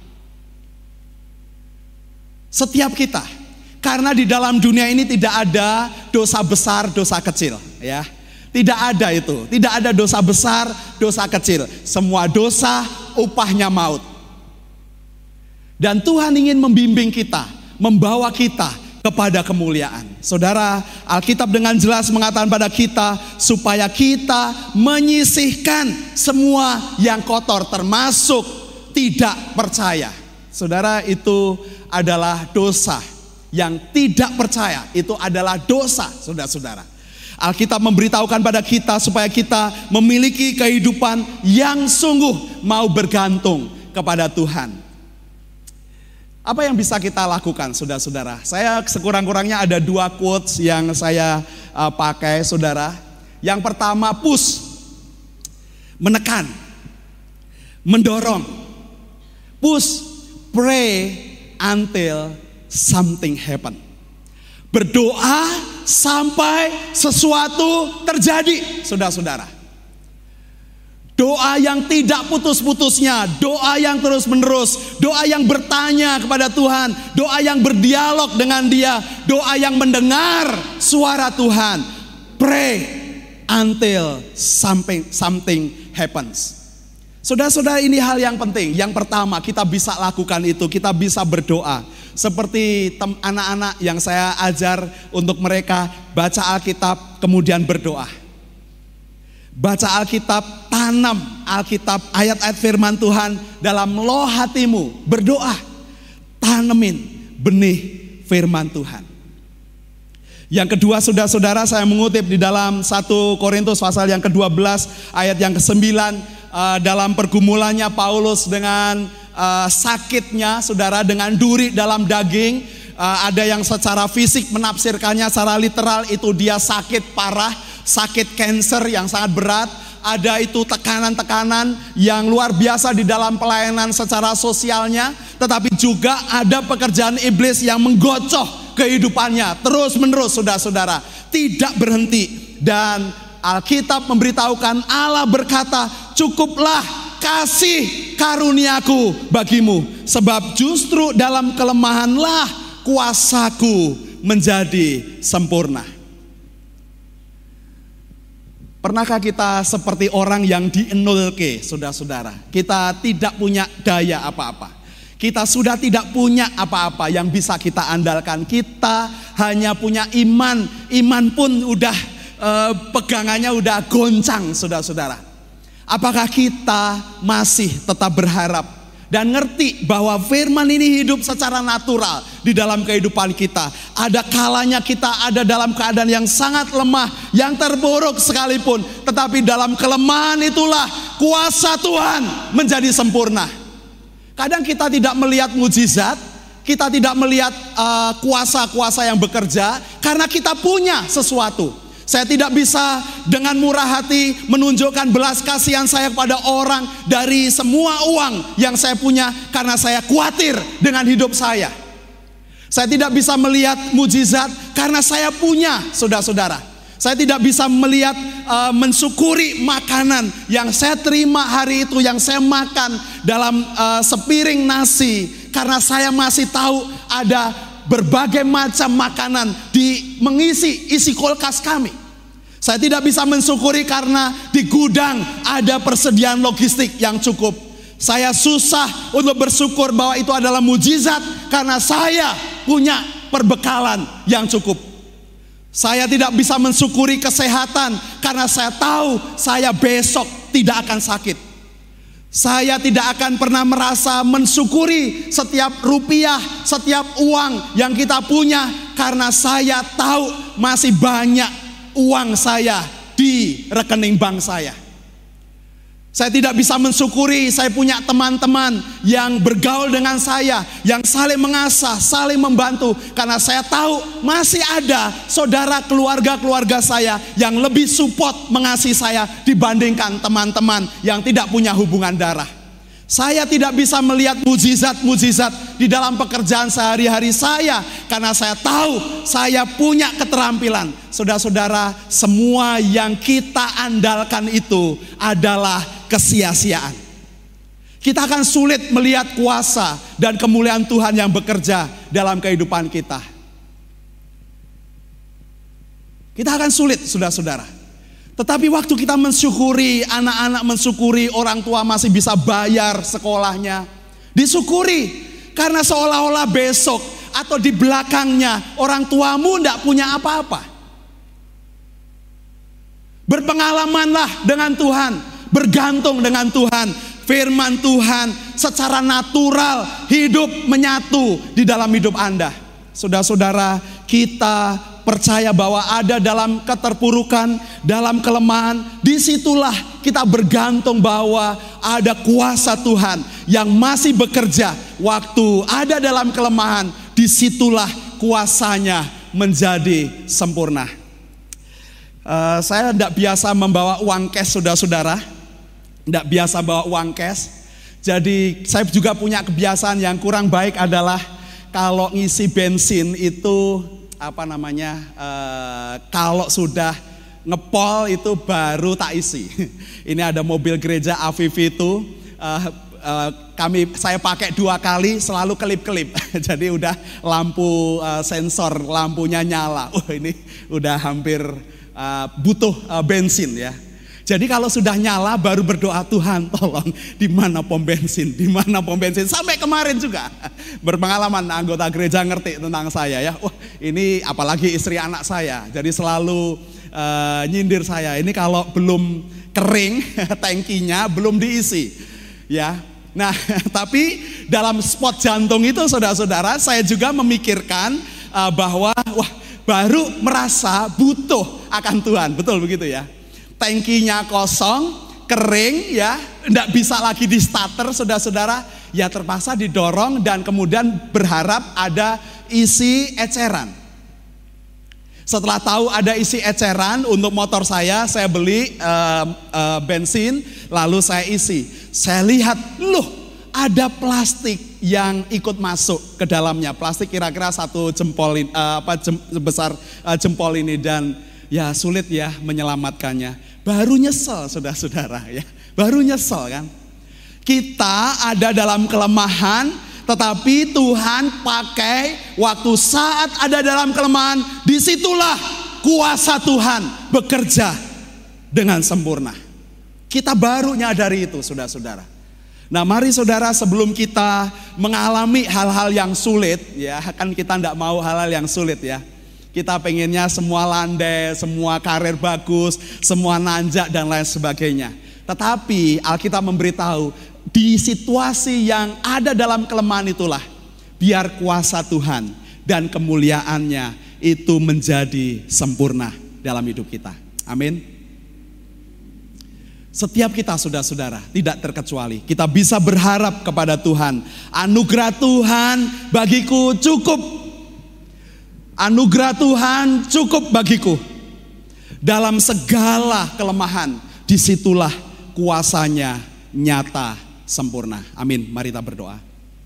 Setiap kita. Karena di dalam dunia ini tidak ada dosa besar, dosa kecil, ya. Tidak ada itu. Tidak ada dosa besar, dosa kecil. Semua dosa upahnya maut. Dan Tuhan ingin membimbing kita, membawa kita kepada kemuliaan. Saudara, Alkitab dengan jelas mengatakan pada kita supaya kita menyisihkan semua yang kotor, termasuk tidak percaya. Saudara, itu adalah dosa. Yang tidak percaya itu adalah dosa, saudara-saudara. Alkitab memberitahukan pada kita supaya kita memiliki kehidupan yang sungguh mau bergantung kepada Tuhan. Apa yang bisa kita lakukan, saudara-saudara? Saya sekurang-kurangnya ada 2 quotes yang saya pakai, saudara. Yang pertama, push, menekan, mendorong. Push, pray until something happen. Berdoa sampai sesuatu terjadi, saudara-saudara. Doa yang tidak putus-putusnya, doa yang terus-menerus, doa yang bertanya kepada Tuhan, doa yang berdialog dengan Dia, doa yang mendengar suara Tuhan. Pray until something happens. Saudara-saudara, ini hal yang penting. Yang pertama, kita bisa lakukan itu, kita bisa berdoa. Seperti anak-anak yang saya ajar untuk mereka baca Alkitab, kemudian berdoa. Baca Alkitab, tanam Alkitab, ayat-ayat firman Tuhan dalam loh hatimu. Berdoa, tanemin benih firman Tuhan. Yang kedua, saudara-saudara, saya mengutip di dalam 1 Korintus pasal yang ke-12 ayat yang ke-9. Dalam pergumulannya Paulus dengan sakitnya, saudara, dengan duri dalam daging. Ada yang secara fisik menafsirkannya secara literal itu dia sakit parah, sakit kanker yang sangat berat. Ada itu tekanan-tekanan yang luar biasa di dalam pelayanan secara sosialnya. Tetapi juga ada pekerjaan iblis yang menggocoh kehidupannya terus menerus, saudara-saudara, tidak berhenti. Dan Alkitab memberitahukan Allah berkata, cukuplah kasih karuniaku bagimu, sebab justru dalam kelemahanlah kuasaku menjadi sempurna. Pernahkah kita seperti orang yang dienulke, saudara-saudara? Kita tidak punya daya apa-apa. Kita sudah tidak punya apa-apa yang bisa kita andalkan. Kita hanya punya iman. Iman pun udah pegangannya udah goncang, saudara-saudara. Apakah kita masih tetap berharap dan ngerti bahwa firman ini hidup secara natural di dalam kehidupan kita? Ada kalanya kita ada dalam keadaan yang sangat lemah, yang terburuk sekalipun, tetapi dalam kelemahan itulah kuasa Tuhan menjadi sempurna. Kadang kita tidak melihat mujizat, kita tidak melihat kuasa-kuasa yang bekerja karena kita punya sesuatu. Saya tidak bisa dengan murah hati menunjukkan belas kasihan saya kepada orang dari semua uang yang saya punya karena saya khawatir dengan hidup saya. Saya tidak bisa melihat mujizat karena saya punya, saudara-saudara. Saya tidak bisa melihat mensyukuri makanan yang saya terima hari itu, yang saya makan dalam sepiring nasi, karena saya masih tahu ada berbagai macam makanan mengisi isi kulkas kami. Saya tidak bisa mensyukuri karena di gudang ada persediaan logistik yang cukup. Saya susah untuk bersyukur bahwa itu adalah mujizat karena saya punya perbekalan yang cukup. Saya tidak bisa mensyukuri kesehatan karena saya tahu saya besok tidak akan sakit. Saya tidak akan pernah merasa mensyukuri setiap rupiah, setiap uang yang kita punya karena saya tahu masih banyak uang saya di rekening bank saya. Saya tidak bisa mensyukuri saya punya teman-teman yang bergaul dengan saya, yang saling mengasah, saling membantu, karena saya tahu masih ada saudara keluarga saya yang lebih support mengasihi saya dibandingkan teman-teman yang tidak punya hubungan darah. Saya tidak bisa melihat mujizat-mujizat di dalam pekerjaan sehari-hari saya karena saya tahu saya punya keterampilan. Saudara-saudara, semua yang kita andalkan itu adalah kesia-siaan. Kita akan sulit melihat kuasa dan kemuliaan Tuhan yang bekerja dalam kehidupan kita. Kita akan sulit, saudara-saudara. Tetapi waktu kita mensyukuri, anak-anak mensyukuri orang tua masih bisa bayar sekolahnya, disyukuri karena seolah-olah besok atau di belakangnya orang tuamu tidak punya apa-apa. Berpengalamanlah dengan Tuhan, bergantung dengan Tuhan. Firman Tuhan secara natural hidup menyatu di dalam hidup Anda. Saudara-saudara, kita percaya bahwa ada dalam keterpurukan, dalam kelemahan, disitulah kita bergantung bahwa ada kuasa Tuhan yang masih bekerja. Waktu ada dalam kelemahan, disitulah kuasanya menjadi sempurna. Saya tidak biasa membawa uang cash, saudara-saudara. Tidak biasa bawa uang cash. Jadi saya juga punya kebiasaan yang kurang baik adalah kalau ngisi bensin itu kalau sudah ngepol itu baru tak isi. Ini ada mobil gereja AVV itu saya pakai 2 kali selalu kelip-kelip. Jadi udah lampu sensor lampunya nyala. Ini udah hampir butuh bensin ya. Jadi kalau sudah nyala baru berdoa, Tuhan tolong di mana pom bensin, di mana pom bensin. Sampai kemarin juga berpengalaman anggota gereja ngerti tentang saya ya. Wah ini apalagi istri anak saya. Jadi selalu nyindir saya. Ini kalau belum kering tangkinya belum diisi ya. Nah tapi dalam spot jantung itu saudara-saudara saya juga memikirkan bahwa baru merasa butuh akan Tuhan. Betul begitu ya. Tangkinya kosong, kering ya, tidak bisa lagi di starter saudara-saudara, ya terpaksa didorong dan kemudian berharap ada isi eceran. Setelah tahu ada isi eceran untuk motor saya beli bensin, lalu saya isi. Saya lihat, loh ada plastik yang ikut masuk ke dalamnya. Plastik kira-kira 1 jempol sebesar jempol ini dan ya sulit ya menyelamatkannya. Baru nyesel saudara-saudara ya. Baru nyesel kan. Kita ada dalam kelemahan, tetapi Tuhan pakai waktu saat ada dalam kelemahan, disitulah kuasa Tuhan bekerja dengan sempurna. Kita baru nyadari itu saudara-saudara. Nah mari saudara, sebelum kita mengalami hal-hal yang sulit ya, kan kita tidak mau hal-hal yang sulit ya. Kita pengennya semua landai, semua karir bagus, semua nanjak dan lain sebagainya. Tetapi Alkitab memberitahu, di situasi yang ada dalam kelemahan itulah, biar kuasa Tuhan dan kemuliaannya itu menjadi sempurna dalam hidup kita. Amin. Setiap kita saudara-saudara, tidak terkecuali, kita bisa berharap kepada Tuhan. Anugerah Tuhan bagiku cukup. Anugerah Tuhan cukup bagiku. Dalam segala kelemahan, disitulah kuasanya nyata sempurna. Amin. Mari kita berdoa.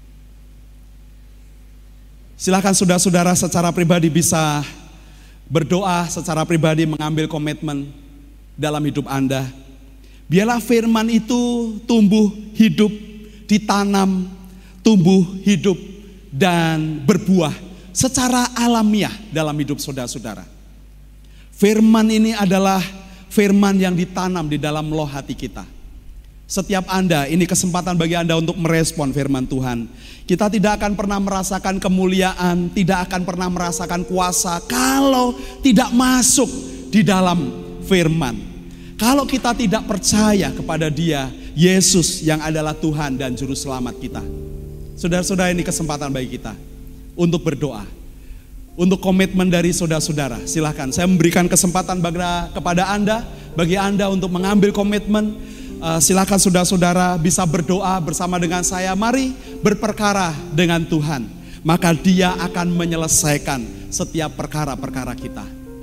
Silakan saudara-saudara secara pribadi bisa berdoa, secara pribadi mengambil komitmen dalam hidup Anda. Biarlah firman itu tumbuh hidup, ditanam, tumbuh hidup dan berbuah secara alamiah dalam hidup saudara-saudara. Firman ini adalah firman yang ditanam di dalam loh hati kita. Setiap Anda, ini kesempatan bagi Anda untuk merespon firman Tuhan. Kita tidak akan pernah merasakan kemuliaan, tidak akan pernah merasakan kuasa kalau tidak masuk di dalam firman. Kalau kita tidak percaya kepada Dia, Yesus yang adalah Tuhan dan Juru Selamat kita. Saudara-saudara, ini kesempatan bagi kita untuk berdoa, untuk komitmen dari saudara-saudara. Silakan, saya memberikan kesempatan kepada Anda, bagi Anda untuk mengambil komitmen. Silakan saudara-saudara bisa berdoa bersama dengan saya. Mari berperkara dengan Tuhan, maka Dia akan menyelesaikan setiap perkara-perkara kita.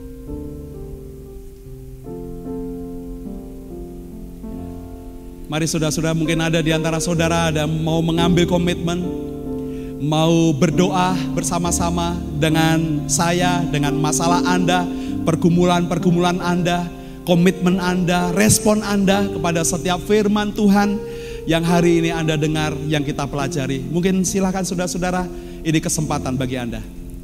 Mari saudara-saudara, mungkin ada di antara saudara ada mau mengambil komitmen, mau berdoa bersama-sama dengan saya, dengan masalah Anda, pergumulan-pergumulan Anda, komitmen Anda, respon Anda kepada setiap firman Tuhan yang hari ini Anda dengar, yang kita pelajari. Mungkin silakan saudara-saudara, ini kesempatan bagi Anda.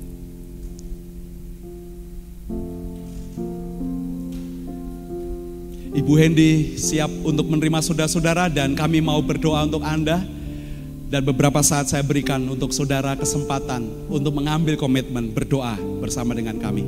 Ibu Hendy siap untuk menerima saudara-saudara dan kami mau berdoa untuk Anda. Dan beberapa saat saya berikan untuk saudara kesempatan untuk mengambil komitmen berdoa bersama dengan kami.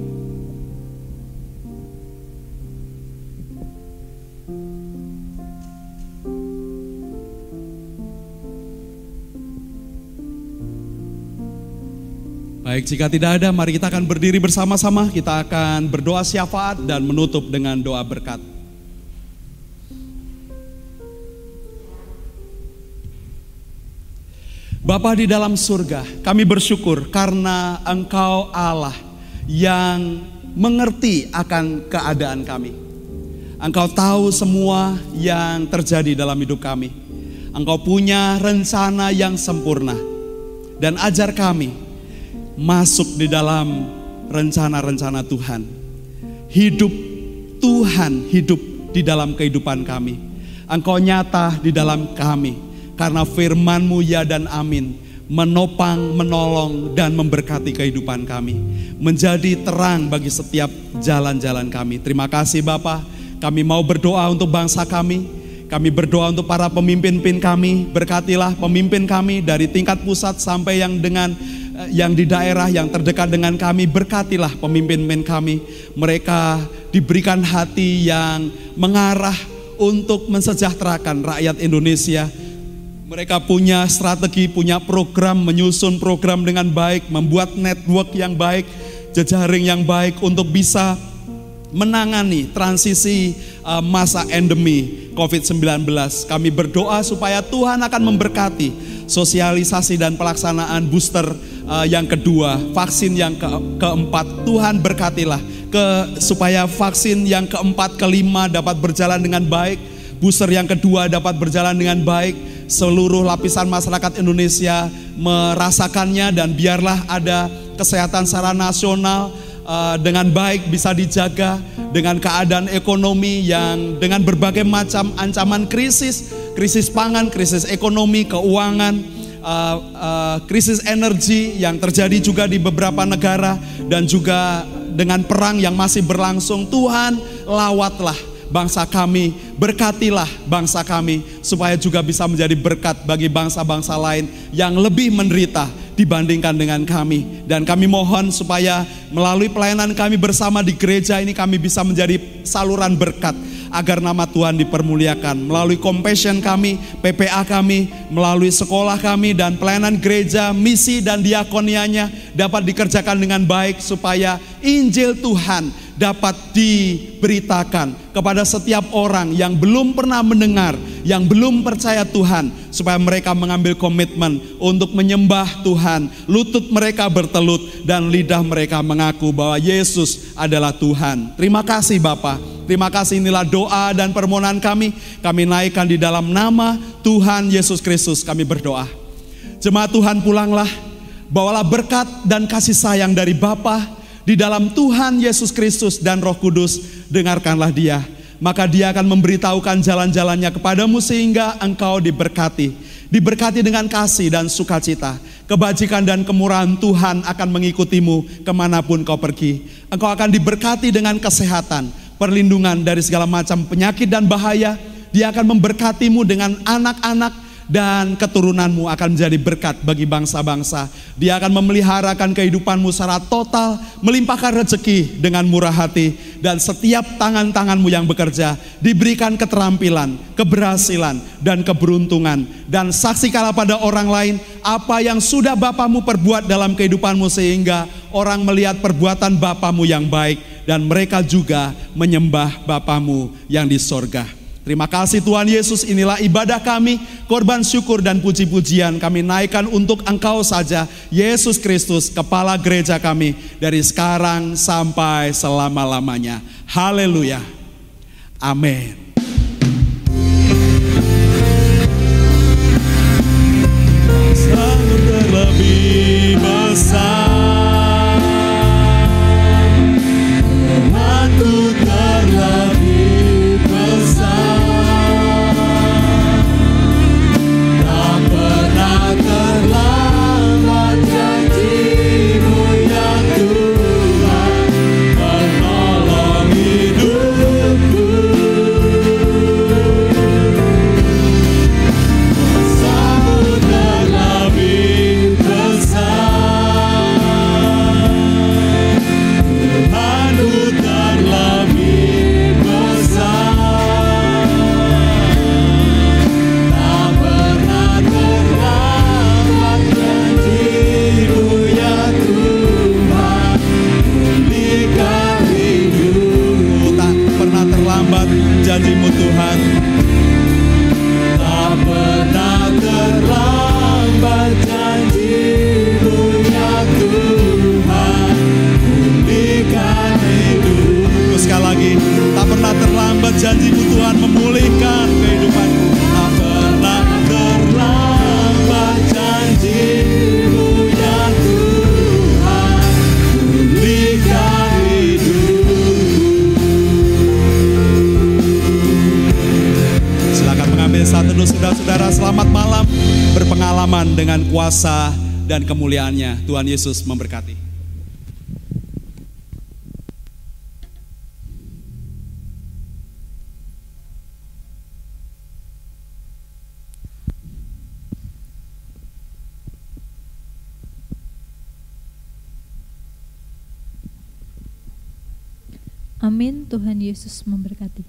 Baik, jika tidak ada, mari kita akan berdiri bersama-sama. Kita akan berdoa syafaat dan menutup dengan doa berkat. Bapa di dalam surga, kami bersyukur karena Engkau Allah yang mengerti akan keadaan kami. Engkau tahu semua yang terjadi dalam hidup kami. Engkau punya rencana yang sempurna. Dan ajar kami masuk di dalam rencana-rencana Tuhan. Hidup Tuhan hidup di dalam kehidupan kami. Engkau nyata di dalam kami. Karena firman-Mu ya dan amin menopang, menolong dan memberkati kehidupan kami. Menjadi terang bagi setiap jalan-jalan kami. Terima kasih Bapa. Kami mau berdoa untuk bangsa kami. Kami berdoa untuk para pemimpin kami. Berkatilah pemimpin kami dari tingkat pusat sampai yang di daerah yang terdekat dengan kami. Berkatilah pemimpin kami. Mereka diberikan hati yang mengarah untuk mensejahterakan rakyat Indonesia. Mereka punya strategi, punya program, menyusun program dengan baik, membuat network yang baik, jejaring yang baik untuk bisa menangani transisi masa endemi COVID-19. Kami berdoa supaya Tuhan akan memberkati sosialisasi dan pelaksanaan booster yang kedua, vaksin yang keempat. Tuhan berkatilah supaya vaksin yang keempat, kelima dapat berjalan dengan baik, booster yang kedua dapat berjalan dengan baik. Seluruh lapisan masyarakat Indonesia merasakannya dan biarlah ada kesehatan secara nasional dengan baik bisa dijaga dengan keadaan ekonomi yang dengan berbagai macam ancaman krisis pangan, krisis ekonomi, keuangan, krisis energi yang terjadi juga di beberapa negara dan juga dengan perang yang masih berlangsung. Tuhan, lawatlah bangsa kami, berkatilah bangsa kami supaya juga bisa menjadi berkat bagi bangsa-bangsa lain yang lebih menderita dibandingkan dengan kami. Dan kami mohon supaya melalui pelayanan kami bersama di gereja ini kami bisa menjadi saluran berkat agar nama Tuhan dipermuliakan. Melalui compassion kami, PPA kami, melalui sekolah kami dan pelayanan gereja, misi dan diakonianya dapat dikerjakan dengan baik supaya Injil Tuhan dapat diberitakan kepada setiap orang yang belum pernah mendengar, yang belum percaya Tuhan, supaya mereka mengambil komitmen untuk menyembah Tuhan. Lutut mereka bertelut dan lidah mereka mengaku bahwa Yesus adalah Tuhan. Terima kasih Bapa. Terima kasih, inilah doa dan permohonan kami. Kami naikkan di dalam nama Tuhan Yesus Kristus kami berdoa. Jemaat Tuhan pulanglah, bawalah berkat dan kasih sayang dari Bapa di dalam Tuhan Yesus Kristus dan Roh Kudus. Dengarkanlah Dia, maka Dia akan memberitahukan jalan-jalannya kepadamu sehingga engkau diberkati. Diberkati dengan kasih dan sukacita. Kebajikan dan kemurahan Tuhan akan mengikutimu kemanapun kau pergi. Engkau akan diberkati dengan kesehatan, perlindungan dari segala macam penyakit dan bahaya. Dia akan memberkatimu dengan anak-anak dan keturunanmu akan menjadi berkat bagi bangsa-bangsa. Dia akan memeliharakan kehidupanmu secara total, melimpahkan rezeki dengan murah hati, dan setiap tangan-tanganmu yang bekerja diberikan keterampilan, keberhasilan, dan keberuntungan. Dan saksikanlah pada orang lain apa yang sudah Bapamu perbuat dalam kehidupanmu sehingga orang melihat perbuatan Bapamu yang baik dan mereka juga menyembah Bapamu yang di sorga. Terima kasih Tuhan Yesus, inilah ibadah kami, korban syukur dan puji-pujian kami naikkan untuk Engkau saja, Yesus Kristus, Kepala gereja kami, dari sekarang sampai selama-lamanya. Haleluya. Amin. Terlebih besar, aku terlebih besar. Menolong hidupku. dengan kuasa dan kemuliaannya. Tuhan Yesus memberkati. Amin. Tuhan Yesus memberkati.